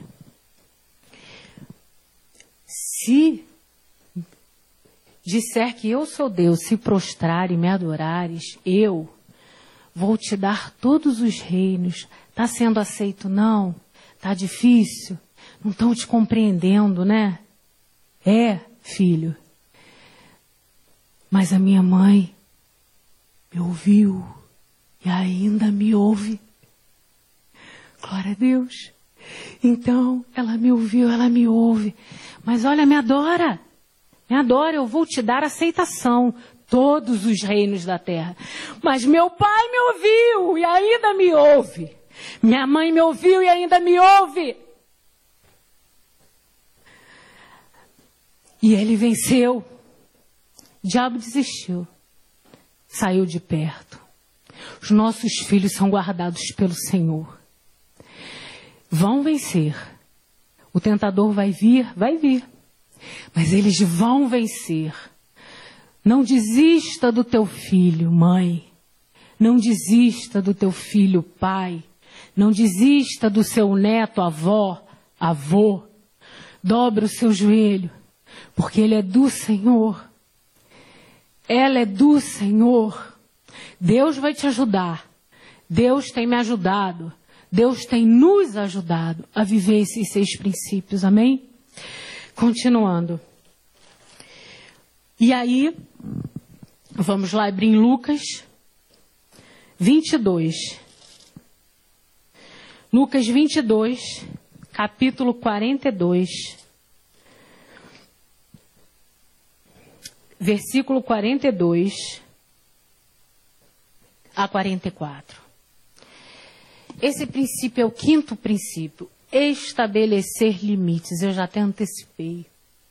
Se disser que eu sou Deus, se prostrar e me adorares, eu vou te dar todos os reinos. Está sendo aceito? Não. Está difícil? Não estão te compreendendo, né? É, filho. Mas a minha mãe me ouviu e ainda me ouve. Glória a Deus. Então, ela me ouviu, ela me ouve. Mas olha, me adora. Me adora, eu vou te dar aceitação. Todos os reinos da terra. Mas meu pai me ouviu e ainda me ouve. Minha mãe me ouviu e ainda me ouve. E ele venceu. O diabo desistiu. Saiu de perto. Os nossos filhos são guardados pelo Senhor. Vão vencer. O tentador vai vir, vai vir. Mas eles vão vencer. Não desista do teu filho, mãe. Não desista do teu filho, pai. Não desista do seu neto, avó, avô. Dobra o seu joelho. Porque ele é do Senhor. Ela é do Senhor. Deus vai te ajudar. Deus tem me ajudado. Deus tem nos ajudado a viver esses seis princípios. Amém? Continuando. E aí, vamos lá abrir em Lucas vinte e dois. Lucas vinte e dois, capítulo quarenta e dois. Versículo quarenta e dois a quarenta e quatro. Esse princípio é o quinto princípio. Estabelecer limites. Eu já até antecipei.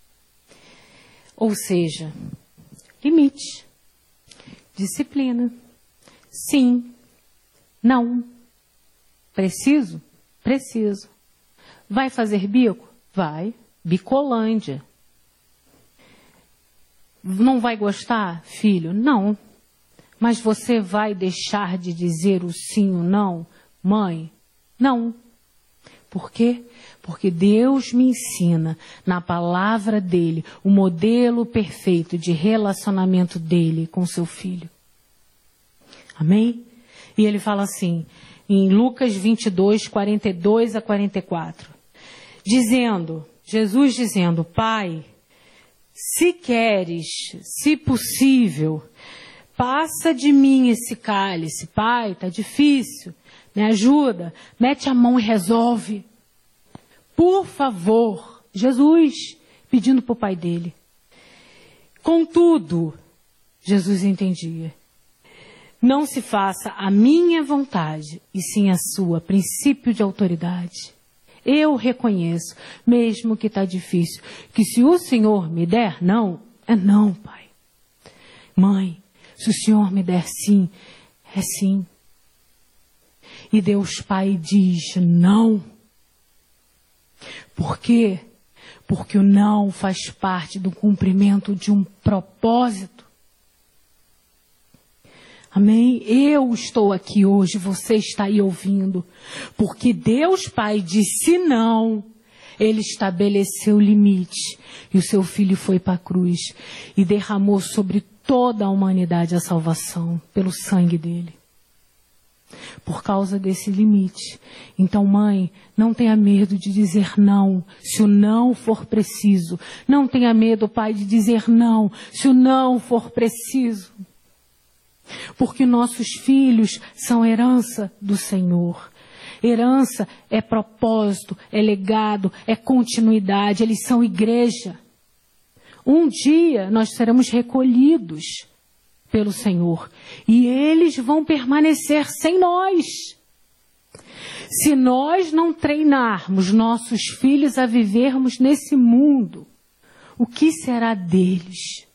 Ou seja, limite. Disciplina. Sim. Não. Preciso? Preciso. Vai fazer bico? Vai. Bicolândia. Não vai gostar, filho? Não. Mas você vai deixar de dizer o sim ou não? Mãe? Não. Por quê? Porque Deus me ensina na palavra dele o modelo perfeito de relacionamento dele com seu filho. Amém? E ele fala assim, em Lucas vinte e dois, quarenta e dois a quarenta e quatro. Dizendo, Jesus dizendo, Pai, se queres, se possível, passa de mim esse cálice. Pai, está difícil, me ajuda, mete a mão e resolve. Por favor, Jesus pedindo para o pai dele. Contudo, Jesus entendia. Não se faça a minha vontade, e sim a sua, princípio de autoridade. Eu reconheço, mesmo que está difícil, que se o Senhor me der não, é não, Pai. Mãe, se o Senhor me der sim, é sim. E Deus Pai diz não. Por quê? Porque o não faz parte do cumprimento de um propósito. Amém? Eu estou aqui hoje, você está aí ouvindo, porque Deus Pai disse não, Ele estabeleceu o limite, e o seu Filho foi para a cruz, e derramou sobre toda a humanidade a salvação, pelo sangue dele. Por causa desse limite. Então, mãe, não tenha medo de dizer não, se o não for preciso. Não tenha medo, pai, de dizer não, se o não for preciso. Porque nossos filhos são herança do Senhor. Herança é propósito, é legado, é continuidade. Eles são igreja. Um dia nós seremos recolhidos pelo Senhor. E eles vão permanecer sem nós. Se nós não treinarmos nossos filhos a vivermos nesse mundo, o que será deles?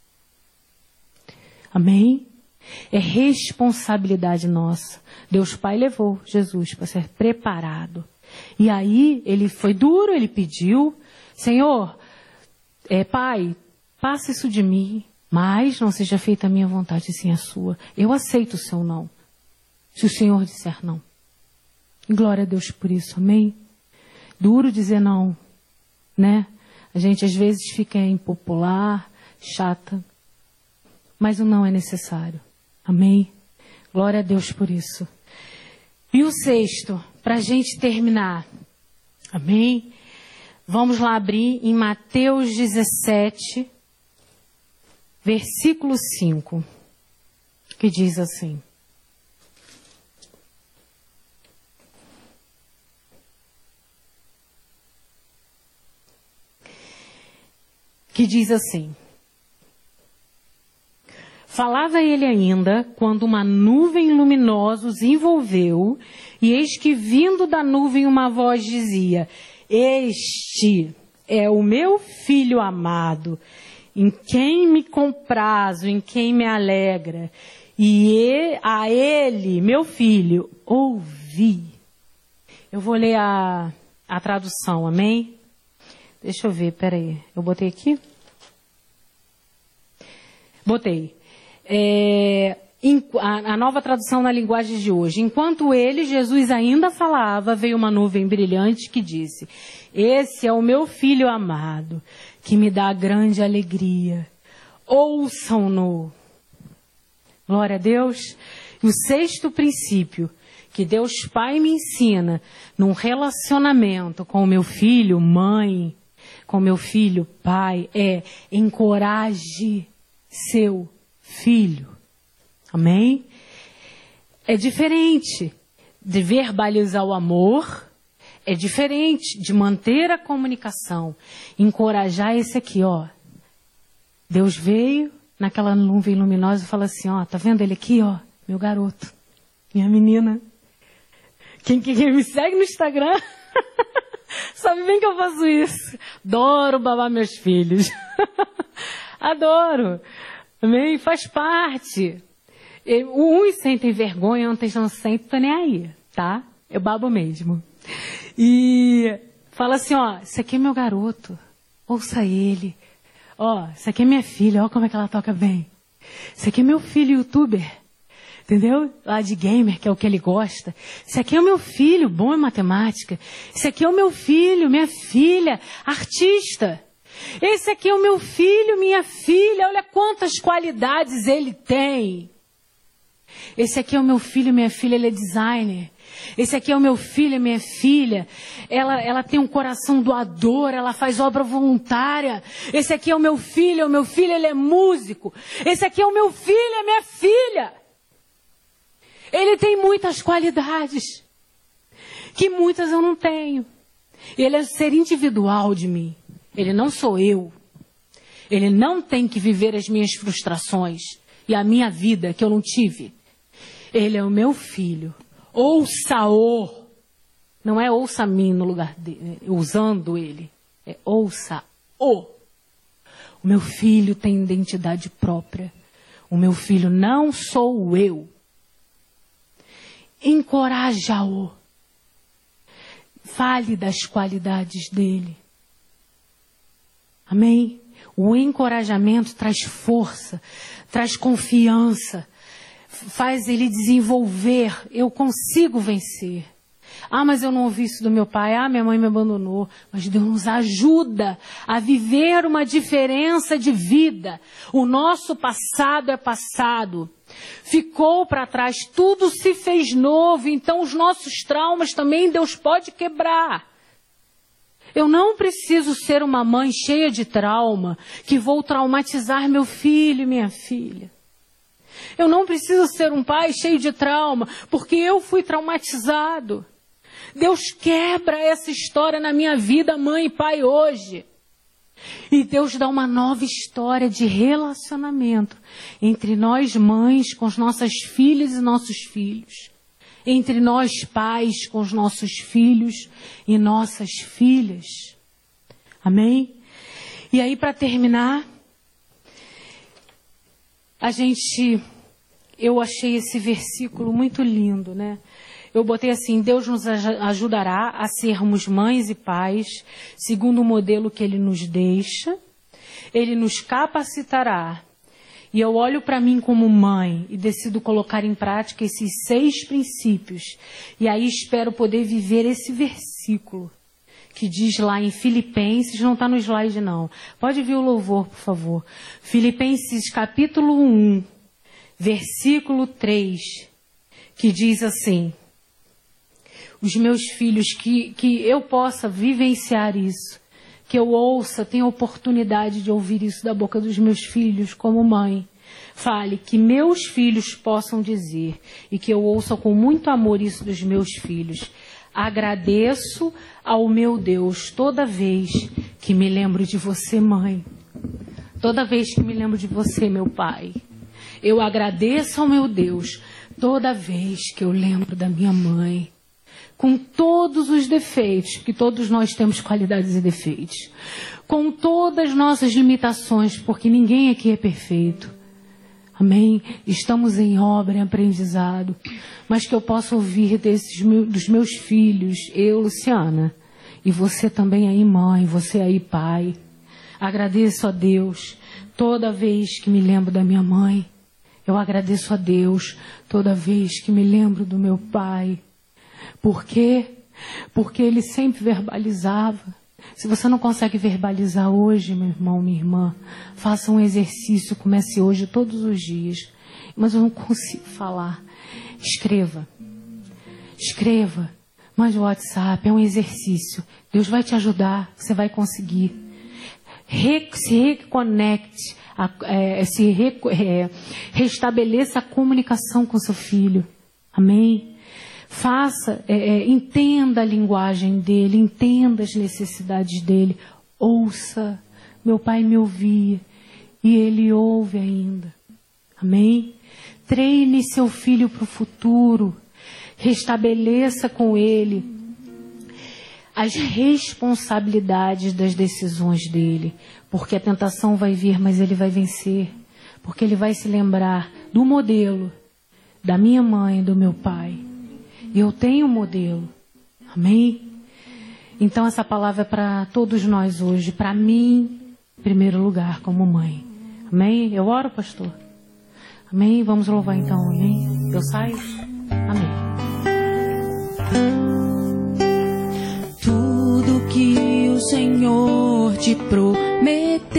Amém? É responsabilidade nossa. Deus Pai levou Jesus para ser preparado. E aí ele foi duro, ele pediu, Senhor, é, Pai, passa isso de mim. Mas não seja feita a minha vontade, sim a sua. Eu aceito o seu não. Se o Senhor disser não. E glória a Deus por isso, amém? Duro dizer não, né? A gente às vezes fica impopular, chata. Mas o não é necessário, amém? Glória a Deus por isso. E o sexto, para a gente terminar, amém? Vamos lá abrir em Mateus dezessete, versículo cinco, que diz assim. Que diz assim. Falava ele ainda, quando uma nuvem luminosa os envolveu, e eis que vindo da nuvem uma voz dizia, este é o meu filho amado, em quem me comprazo, em quem me alegra. E a ele, meu filho, ouvi. Eu vou ler a, a tradução, amém? Deixa eu ver, peraí. Eu botei aqui? Botei. É, a, a nova tradução na linguagem de hoje. Enquanto ele, Jesus, ainda falava, veio uma nuvem brilhante que disse, esse é o meu filho amado, que me dá grande alegria. Ouçam-no. Glória a Deus. E o sexto princípio que Deus Pai me ensina num relacionamento com o meu filho, mãe, com o meu filho, pai, é encoraje seu filho. Amém? É diferente de verbalizar o amor. É diferente de manter a comunicação, encorajar esse aqui, ó. Deus veio naquela nuvem luminosa e falou assim, ó, tá vendo ele aqui, ó, meu garoto, minha menina. Quem, quem, quem me segue no Instagram sabe bem que eu faço isso. Adoro babar meus filhos. Adoro. Amém? Faz parte. Uns sentem vergonha, outros não sentem, tô nem aí, tá? Eu babo mesmo. E fala assim, ó, esse aqui é meu garoto, ouça ele. Ó, essa aqui é minha filha, ó como é que ela toca bem. Esse aqui é meu filho youtuber. entendeu? Lá de gamer, que é o que ele gosta. Esse aqui é o meu filho, bom em matemática. Esse aqui é o meu filho, minha filha, artista. Esse aqui é o meu filho, minha filha, olha quantas qualidades ele tem. Esse aqui é o meu filho, minha filha, ele é designer. Esse aqui é o meu filho, minha filha, ela, ela tem um coração doador, ela faz obra voluntária. Esse aqui é o meu filho, o meu filho, ele é músico. Esse aqui é o meu filho, é minha filha. Ele tem muitas qualidades, que muitas eu não tenho. Ele é o ser individual de mim. Ele não sou eu. Ele não tem que viver as minhas frustrações e a minha vida que eu não tive. Ele é o meu filho. Ouça-o. Não é ouça-me no lugar dele, usando ele. É ouça-o. O meu filho tem identidade própria. O meu filho não sou eu. Encoraja-o. Fale das qualidades dele. Amém? O encorajamento traz força, traz confiança, faz ele desenvolver. Eu consigo vencer. Ah, mas eu não ouvi isso do meu pai. Ah, minha mãe me abandonou. Mas Deus nos ajuda a viver uma diferença de vida. O nosso passado é passado. Ficou para trás, tudo se fez novo. Então os nossos traumas também Deus pode quebrar. Eu não preciso ser uma mãe cheia de trauma, que vou traumatizar meu filho e minha filha. Eu não preciso ser um pai cheio de trauma, porque eu fui traumatizado. Deus quebra essa história na minha vida, mãe e pai, hoje. E Deus dá uma nova história de relacionamento entre nós mães com as nossas filhas e nossos filhos. Entre nós pais com os nossos filhos e nossas filhas. Amém? E aí, para terminar, a gente, eu achei esse versículo muito lindo, né? Eu botei assim: Deus nos ajudará a sermos mães e pais, segundo o modelo que Ele nos deixa. Ele nos capacitará. E eu olho para mim como mãe e decido colocar em prática esses seis princípios. E aí espero poder viver esse versículo que diz lá em Filipenses, não está no slide não. Pode vir o louvor, por favor. Filipenses capítulo um, versículo três, que diz assim: os meus filhos, que, que eu possa vivenciar isso, que eu ouça, tenha oportunidade de ouvir isso da boca dos meus filhos como mãe. Fale, que meus filhos possam dizer, e que eu ouça com muito amor isso dos meus filhos: agradeço ao meu Deus toda vez que me lembro de você, mãe. Toda vez que me lembro de você, meu pai. Eu agradeço ao meu Deus toda vez que eu lembro da minha mãe. Com todos os defeitos, que todos nós temos qualidades e defeitos. Com todas as nossas limitações, porque ninguém aqui é perfeito. Amém? Estamos em obra, em aprendizado. Mas que eu possa ouvir desses meus, dos meus filhos, eu, Luciana, e você também aí, mãe, você aí, pai. Agradeço a Deus toda vez que me lembro da minha mãe. Eu agradeço a Deus toda vez que me lembro do meu pai. Por quê? Porque ele sempre verbalizava. Se você não consegue verbalizar hoje, meu irmão, minha irmã, faça um exercício, comece hoje, todos os dias. Mas eu não consigo falar. Escreva. Escreva. Mande o WhatsApp, é um exercício. Deus vai te ajudar, você vai conseguir. Re, se reconecte, a, é, se re, é, restabeleça a comunicação com seu filho. Amém? Faça, é, é, entenda a linguagem dele, entenda as necessidades dele. Ouça. Meu pai me ouvia e ele ouve ainda. Amém? Treine seu filho para o futuro. Restabeleça com ele as responsabilidades das decisões dele. Porque a tentação vai vir, mas ele vai vencer. Porque ele vai se lembrar do modelo da minha mãe e do meu pai. E eu tenho um modelo. Amém? Então essa palavra é para todos nós hoje. Para mim, em primeiro lugar, como mãe. Amém? Eu oro, pastor? Amém? Vamos louvar então, amém? Eu saio? Amém. Tudo que o Senhor te prometeu,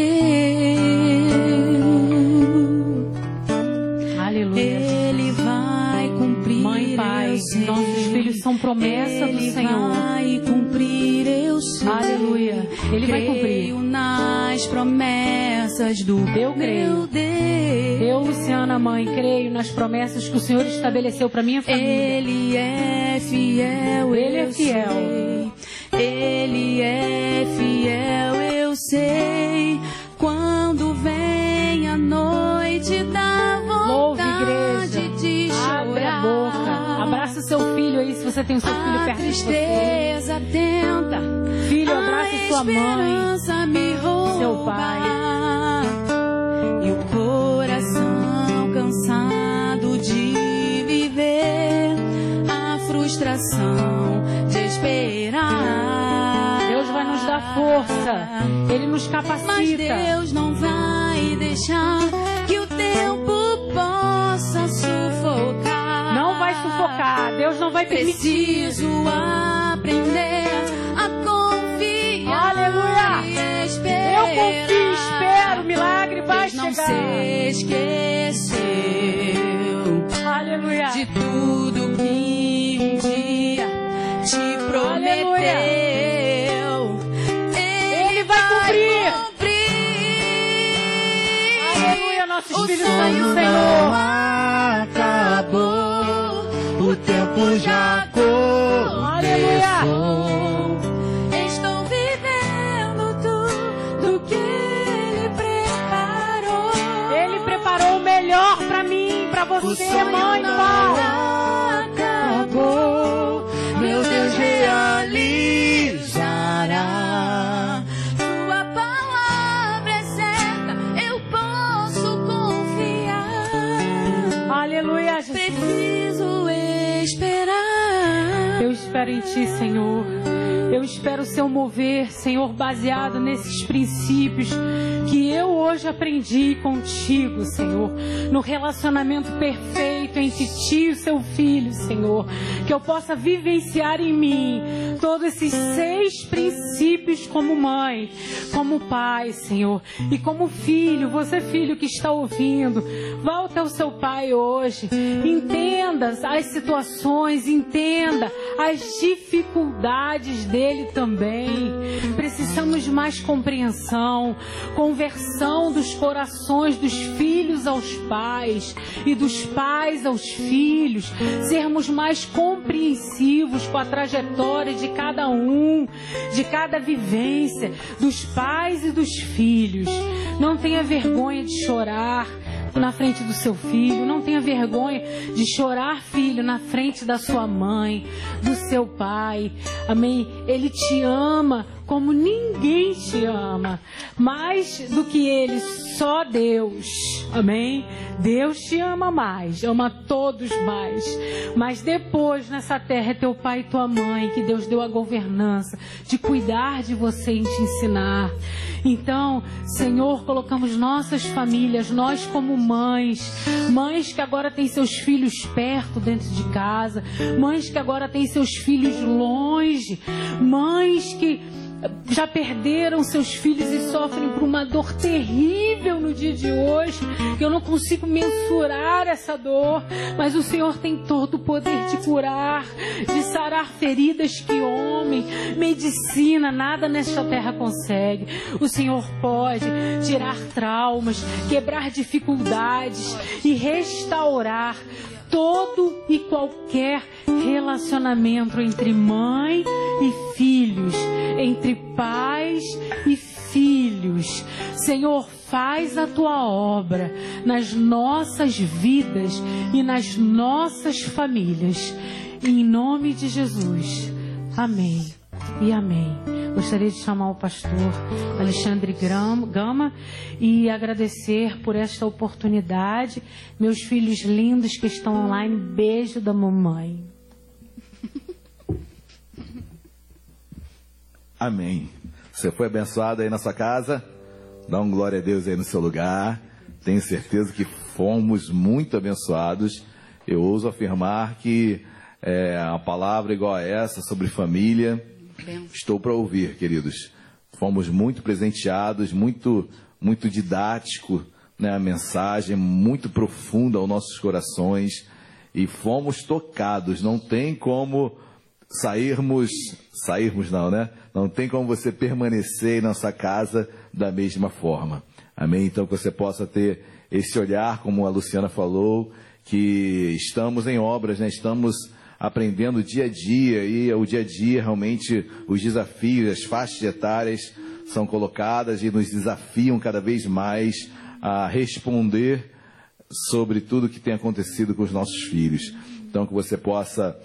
aleluia, Ele vai cumprir. Mãe, Pai, nossos filhos são promessa do Senhor. Ele vai cumprir, eu sei. Aleluia, Ele vai cumprir. Creio nas promessas do Eu creio. meu Deus. Eu, Luciana, mãe, creio nas promessas que o Senhor estabeleceu para minha família. Ele é fiel, Ele é eu fiel. sei. Ele é fiel, eu sei. Quando vem a noite da Louve, vontade igreja. de Abre a chorar, boca. Abraça seu filho aí, se você tem o seu filho a perto de você. tristeza tenta, Filho, abrace sua mãe, esperança me rouba, seu pai. E o coração cansado de viver, a frustração de esperar. Deus vai nos dar força, Ele nos capacita. Mas Deus não vai deixar que o tempo possa sufocar. Não vai sufocar, Deus não vai permitir. Preciso aprender a confiar. Aleluia! E esperar. Eu confio, espero, o milagre vai Deus não chegar. se esqueceu Aleluia! de tudo que um dia te prometeu. Aleluia. Ele, Ele vai cumprir. cumprir. Aleluia, nossos O filhos são do sonho Senhor. Acabou, o tempo já Aleluia. começou. Estou vivendo tudo que Ele preparou. Ele preparou o melhor pra mim, pra O você, sonho mãe, não Pai. acabou, meu Deus realizará. Tua palavra é certa, eu posso confiar. Aleluia, Jesus. Preciso esperar. Eu espero em Ti, Senhor. Eu espero o Seu mover, Senhor, baseado nesses princípios que eu hoje aprendi contigo, Senhor. No relacionamento perfeito entre Ti e o Seu Filho, Senhor. Que eu possa vivenciar em mim todos esses seis princípios como mãe, como pai, Senhor. E como filho, você filho que está ouvindo, volta ao seu pai hoje. Entenda as situações, entenda as dificuldades dele também. Precisamos de mais compreensão, conversão dos corações dos filhos aos pais e dos pais aos filhos, sermos mais compreensivos com a trajetória de cada um, de cada vivência, dos pais e dos filhos. Não tenha vergonha de chorar na frente do seu filho, não tenha vergonha de chorar, filho, na frente da sua mãe, do seu pai. Amém? Ele te ama como ninguém te ama, mais do que ele, só Deus. Amém? Deus te ama mais, ama todos mais. Mas depois nessa terra é teu pai e tua mãe que Deus deu a governança de cuidar de você e te ensinar. Então, Senhor, colocamos nossas famílias, nós como mães, mães que agora têm seus filhos perto dentro de casa, mães que agora têm seus filhos longe, mães que já perderam seus filhos e sofrem por uma dor terrível no dia de hoje, que eu não consigo mensurar essa dor, mas o Senhor tem todo o poder de curar, de sarar feridas que homem, medicina, nada nesta terra consegue. O Senhor pode tirar traumas, quebrar dificuldades e restaurar todo e qualquer relacionamento entre mãe e filhos, entre pais e filhos. Senhor, faz a tua obra nas nossas vidas e nas nossas famílias. Em nome de Jesus. Amém e amém. Gostaria de chamar o pastor Alexandre Gama e agradecer por esta oportunidade. Meus filhos lindos que estão online, beijo da mamãe. Amém. Você foi abençoado aí na sua casa? Dá um glória a Deus aí no seu lugar. Tenho certeza que fomos muito abençoados. Eu ouso afirmar que é, a palavra igual a essa sobre família, estou para ouvir, queridos. Fomos muito presenteados, muito, muito didático, né, a mensagem, muito profunda aos nossos corações, e fomos tocados. Não tem como sairmos, sairmos não, né? Não tem como você permanecer em nossa casa da mesma forma. Amém? Então que você possa ter esse olhar, como a Luciana falou, que estamos em obras, né? Estamos aprendendo dia a dia, e o dia a dia realmente os desafios, as faixas etárias são colocadas e nos desafiam cada vez mais a responder sobre tudo que tem acontecido com os nossos filhos. Então que você possa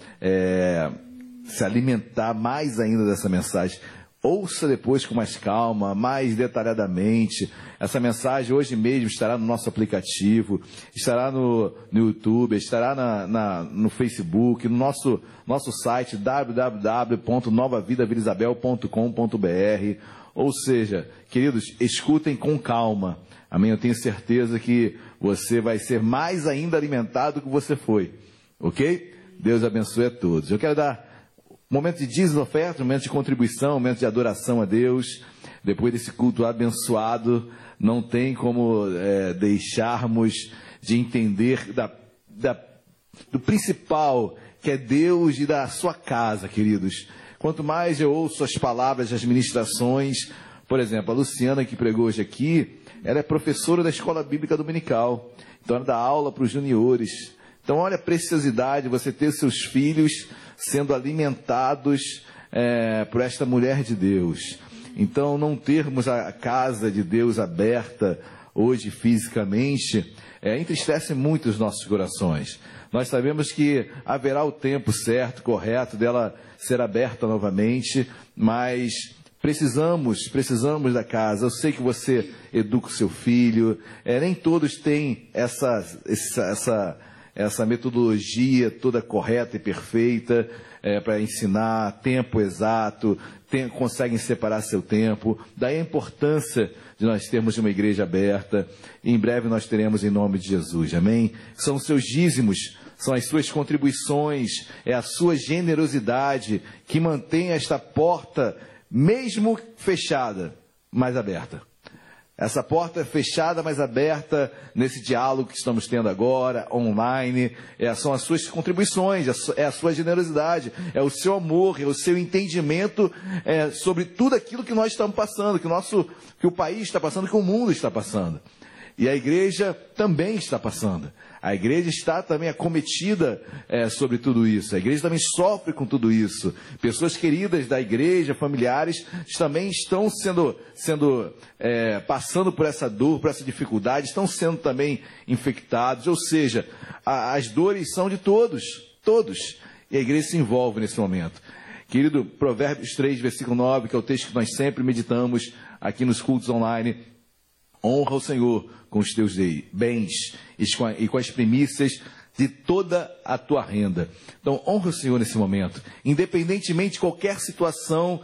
é, se alimentar mais ainda dessa mensagem. Ouça depois com mais calma, mais detalhadamente. Essa mensagem hoje mesmo estará no nosso aplicativo, estará no, no YouTube, estará na, na, no Facebook, no nosso, nosso site w w w ponto nova vida vila isabel ponto com ponto b r. Ou seja, queridos, escutem com calma. Amém? Eu tenho certeza que você vai ser mais ainda alimentado do que você foi. Ok? Deus abençoe a todos. Eu quero dar momento de dízimo, oferta, momento de contribuição, momento de adoração a Deus. Depois desse culto abençoado, não tem como é, deixarmos de entender da, da, do principal, que é Deus e da sua casa, queridos. Quanto mais eu ouço as palavras, as ministrações, por exemplo, a Luciana que pregou hoje aqui, ela é professora da Escola Bíblica Dominical, então ela dá aula para os juniores. Então olha a preciosidade, você ter seus filhos sendo alimentados é, por esta mulher de Deus. Então não termos a casa de Deus aberta hoje fisicamente, é, entristece muito os nossos corações. Nós sabemos que haverá o tempo certo, correto dela ser aberta novamente, mas precisamos, precisamos da casa. Eu sei que você educa o seu filho, é, nem todos têm essa, essa, essa, essa metodologia toda correta e perfeita é, para ensinar, tempo exato, tem, conseguem separar seu tempo. Daí a importância de nós termos uma igreja aberta. E em breve nós teremos em nome de Jesus, amém? São os seus dízimos, são as suas contribuições, é a sua generosidade que mantém esta porta, mesmo fechada, mais aberta. Essa porta é fechada, mas aberta nesse diálogo que estamos tendo agora, online, é, são as suas contribuições, é a sua generosidade, é o seu amor, é o seu entendimento é, sobre tudo aquilo que nós estamos passando, que o, nosso, que o país está passando, que o mundo está passando. E a igreja também está passando. A igreja está também acometida é, sobre tudo isso. A igreja também sofre com tudo isso. Pessoas queridas da igreja, familiares, também estão sendo, sendo é, passando por essa dor, por essa dificuldade, estão sendo também infectados. Ou seja, a, as dores são de todos, todos. E a igreja se envolve nesse momento. Querido, Provérbios três, versículo nove, que é o texto que nós sempre meditamos aqui nos cultos online. Honra o Senhor com os teus bens e com as primícias de toda a tua renda. Então, honra o Senhor nesse momento. Independentemente de qualquer situação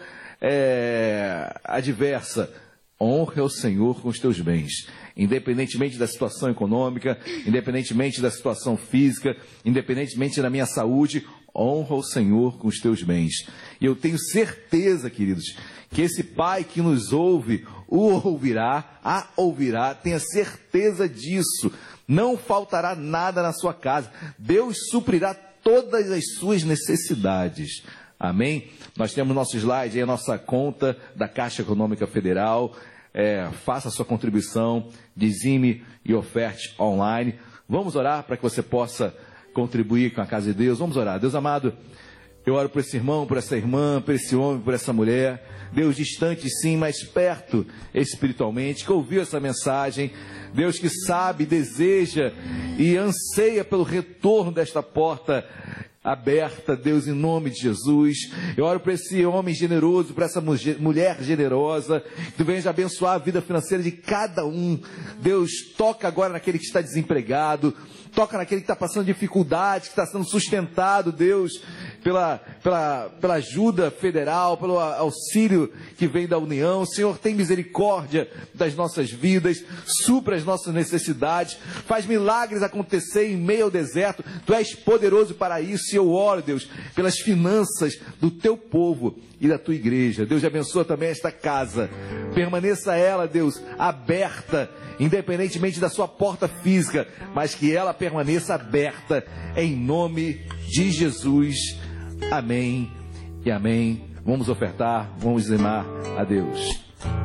é, adversa, honra o Senhor com os teus bens. Independentemente da situação econômica, independentemente da situação física, independentemente da minha saúde, honra o Senhor com os teus bens. E eu tenho certeza, queridos, que esse Pai que nos ouve, o ouvirá, a ouvirá, tenha certeza disso. Não faltará nada na sua casa. Deus suprirá todas as suas necessidades. Amém? Nós temos nosso slide aí, a nossa conta da Caixa Econômica Federal. É, faça a sua contribuição, dizime e oferte online. Vamos orar para que você possa contribuir com a casa de Deus. Vamos orar. Deus amado, eu oro por esse irmão, por essa irmã, por esse homem, por essa mulher. Deus distante sim, mas perto espiritualmente, que ouviu essa mensagem. Deus que sabe, deseja e anseia pelo retorno desta porta aberta, Deus, em nome de Jesus. Eu oro para esse homem generoso, para essa mulher generosa, que tu venhas abençoar a vida financeira de cada um. Deus, toca agora naquele que está desempregado, toca naquele que está passando dificuldade, que está sendo sustentado, Deus, pela, pela, pela ajuda federal, pelo auxílio que vem da União. Senhor, tem misericórdia das nossas vidas, supra as nossas necessidades, faz milagres acontecer em meio ao deserto. Tu és poderoso para isso, e eu oro, Deus, pelas finanças do teu povo e da tua igreja. Deus, abençoa também esta casa, permaneça ela, Deus, aberta, independentemente da sua porta física, mas que ela permaneça aberta, em nome de Jesus. Amém e amém. Vamos ofertar, vamos dizimar a Deus.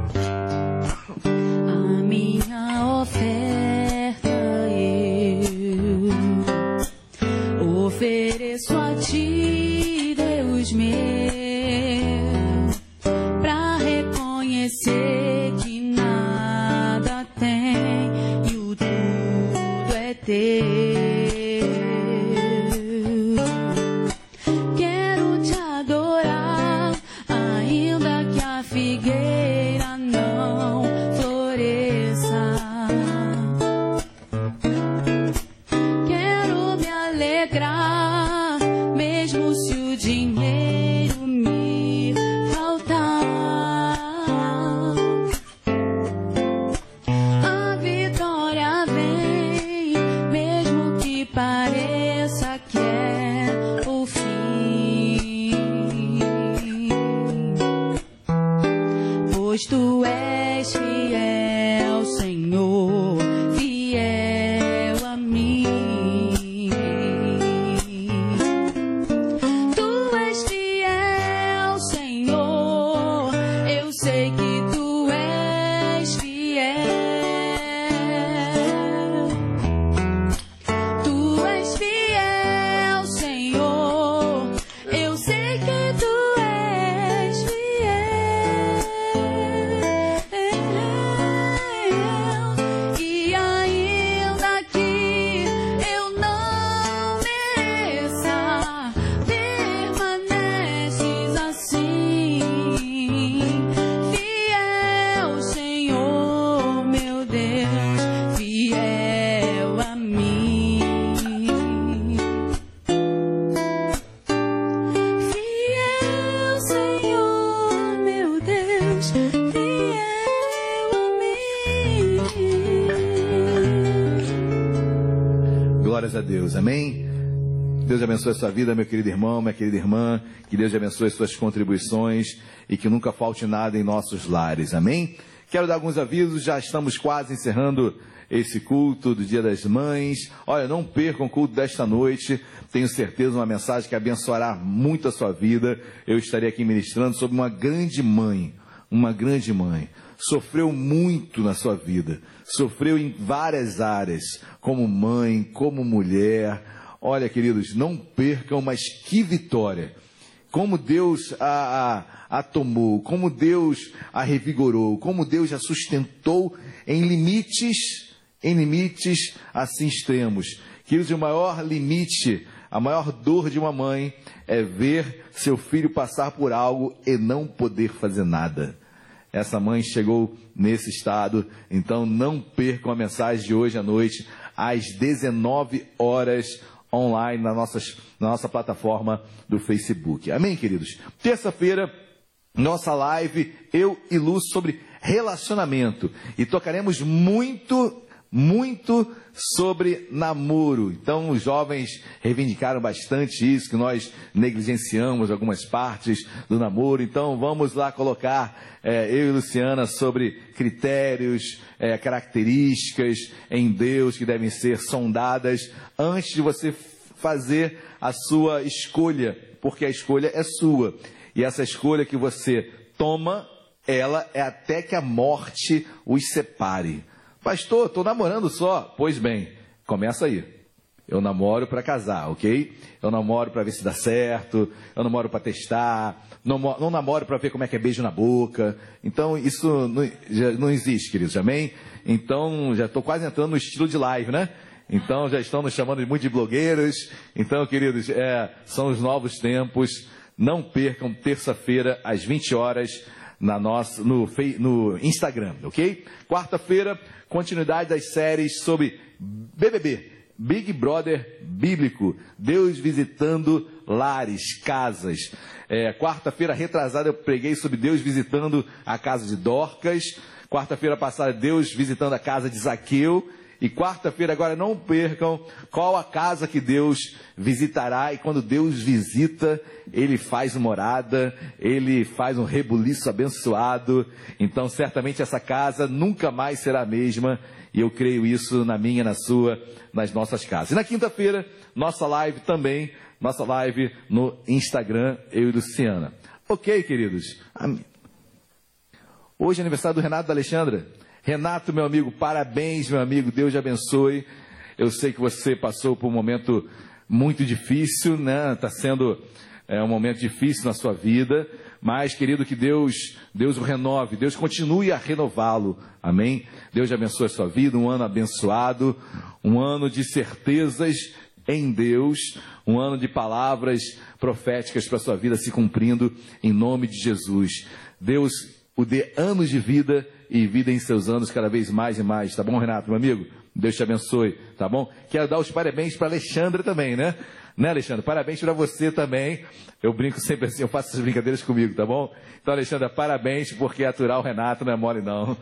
A minha oferta eu ofereço a ti, Deus meu, pra reconhecer que nada tem e o tudo é teu. Quero te adorar, ainda que a figueira não floresça. Quero me alegrar, mesmo se o dinheiro me faltar. A vitória vem, mesmo que pareça que é o fim. Pois tu és fiel, Senhor, fiel a mim. Tu és fiel, Senhor, eu sei que tu és fiel. Tu és fiel, Senhor, eu sei que tu és fiel. E ainda que eu não mereça, permaneces assim. Fiel, Senhor, meu Deus, fiel a mim. Fiel, Senhor, meu Deus, fiel a mim. Glórias a Deus, amém? Deus abençoe a sua vida, meu querido irmão, minha querida irmã. Que Deus abençoe as suas contribuições e que nunca falte nada em nossos lares, amém? Quero dar alguns avisos, já estamos quase encerrando esse culto do Dia das Mães. Olha, não percam o culto desta noite, tenho certeza, uma mensagem que abençoará muito a sua vida. Eu estarei aqui ministrando sobre uma grande mãe, uma grande mãe. Sofreu muito na sua vida, sofreu em várias áreas, como mãe, como mulher. Olha, queridos, não percam, mas que vitória! Como Deus a, a, a tomou, como Deus a revigorou, como Deus a sustentou em limites, em limites assim extremos. Queridos, o maior limite, a maior dor de uma mãe é ver seu filho passar por algo e não poder fazer nada. Essa mãe chegou nesse estado, então não percam a mensagem de hoje à noite, às dezenove horas, online, na, nossas, na nossa plataforma do Facebook. Amém, queridos? Terça-feira, nossa live, eu e Luz, sobre relacionamento. E tocaremos muito, muito sobre namoro. Então, os jovens reivindicaram bastante isso, que nós negligenciamos algumas partes do namoro. Então, vamos lá colocar, é, eu e Luciana, sobre critérios, é, características em Deus que devem ser sondadas antes de você fazer a sua escolha, porque a escolha é sua. E essa escolha que você toma, ela é até que a morte os separe. Pastor, estou namorando só. Pois bem, começa aí. Eu namoro para casar, ok? Eu namoro para ver se dá certo, eu namoro para testar, não, não namoro para ver como é que é beijo na boca. Então, isso não, já não existe, queridos, amém? Então, já estou quase entrando no estilo de live, né? Então já estão nos chamando de muito de blogueiros. Então, queridos, é, são os novos tempos. Não percam, terça-feira, às vinte horas, na nossa, no, no Instagram, ok? Quarta-feira, continuidade das séries sobre B B B, Big Brother Bíblico, Deus visitando lares, casas. É, quarta-feira retrasada eu preguei sobre Deus visitando a casa de Dorcas. Quarta-feira passada, Deus visitando a casa de Zaqueu. E quarta-feira, agora não percam qual a casa que Deus visitará. E quando Deus visita, Ele faz morada, Ele faz um rebuliço abençoado. Então, certamente essa casa nunca mais será a mesma. E eu creio isso na minha, na sua, nas nossas casas. E na quinta-feira, nossa live também, nossa live no Instagram, eu e Luciana. Ok, queridos? Hoje é aniversário do Renato e da Alexandra. Renato, meu amigo, parabéns, meu amigo, Deus te abençoe. Eu sei que você passou por um momento muito difícil, né? Está sendo é, um momento difícil na sua vida, mas, querido, que Deus, Deus o renove, Deus continue a renová-lo, amém? Deus te abençoe a sua vida, um ano abençoado, um ano de certezas em Deus, um ano de palavras proféticas para a sua vida se cumprindo em nome de Jesus. Deus o dê anos de vida e vida em seus anos cada vez mais e mais, tá bom, Renato, meu amigo? Deus te abençoe, tá bom? Quero dar os parabéns para Alexandra também, né? Né, Alexandre? Parabéns para você também. Eu brinco sempre assim, eu faço essas brincadeiras comigo, tá bom? Então, Alexandra, parabéns, porque aturar o Renato não é mole, não.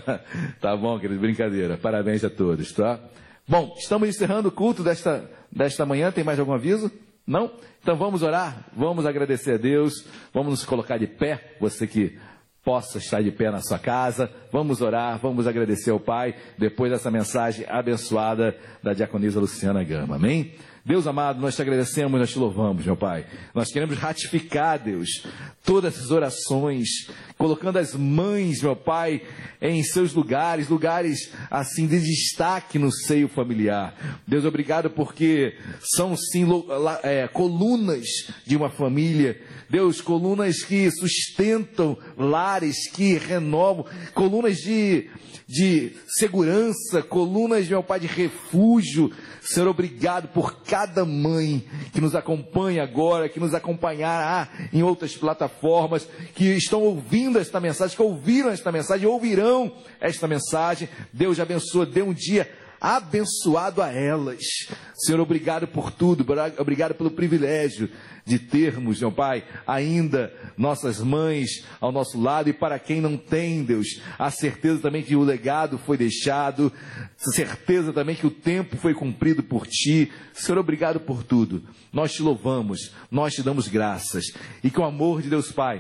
Tá bom, querido? Brincadeira. Parabéns a todos, tá? Bom, estamos encerrando o culto desta, desta manhã. Tem mais algum aviso? Não? Então, vamos orar? Vamos agradecer a Deus. Vamos nos colocar de pé. Você que possa estar de pé na sua casa, vamos orar, vamos agradecer ao Pai, depois dessa mensagem abençoada da diaconisa Luciana Gama, amém? Deus amado, nós te agradecemos, nós te louvamos, meu Pai. Nós queremos ratificar, Deus, todas essas orações, colocando as mães, meu Pai, em seus lugares, lugares assim de destaque no seio familiar. Deus, obrigado porque são sim é, colunas de uma família. Deus, colunas que sustentam lares, que renovam, colunas de, de segurança, colunas, meu Pai, de refúgio. Senhor, obrigado por cada mãe que nos acompanha agora, que nos acompanhará em outras plataformas, que estão ouvindo esta mensagem, que ouviram esta mensagem, ouvirão esta mensagem. Deus abençoe, dê um dia abençoado a elas. Senhor, obrigado por tudo, obrigado pelo privilégio de termos, meu Pai, ainda nossas mães ao nosso lado, e para quem não tem, Deus, a certeza também que o legado foi deixado, a certeza também que o tempo foi cumprido por Ti. Senhor, obrigado por tudo. Nós Te louvamos, nós Te damos graças, e que o amor de Deus Pai,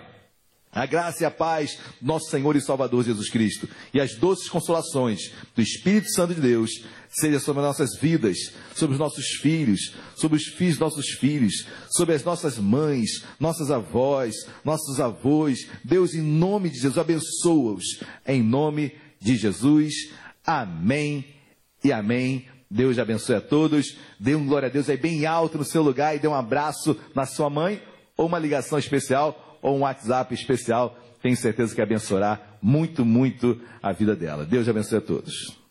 a graça e a paz do nosso Senhor e Salvador Jesus Cristo e as doces consolações do Espírito Santo de Deus seja sobre as nossas vidas, sobre os nossos filhos, sobre os filhos dos nossos filhos, sobre as nossas mães, nossas avós, nossos avós. Deus, em nome de Jesus, abençoa-os. Em nome de Jesus. Amém e amém. Deus abençoe a todos. Dê um glória a Deus aí bem alto no seu lugar e dê um abraço na sua mãe, ou uma ligação especial, ou um WhatsApp especial. Tenho certeza que abençoará muito, muito a vida dela. Deus abençoe a todos.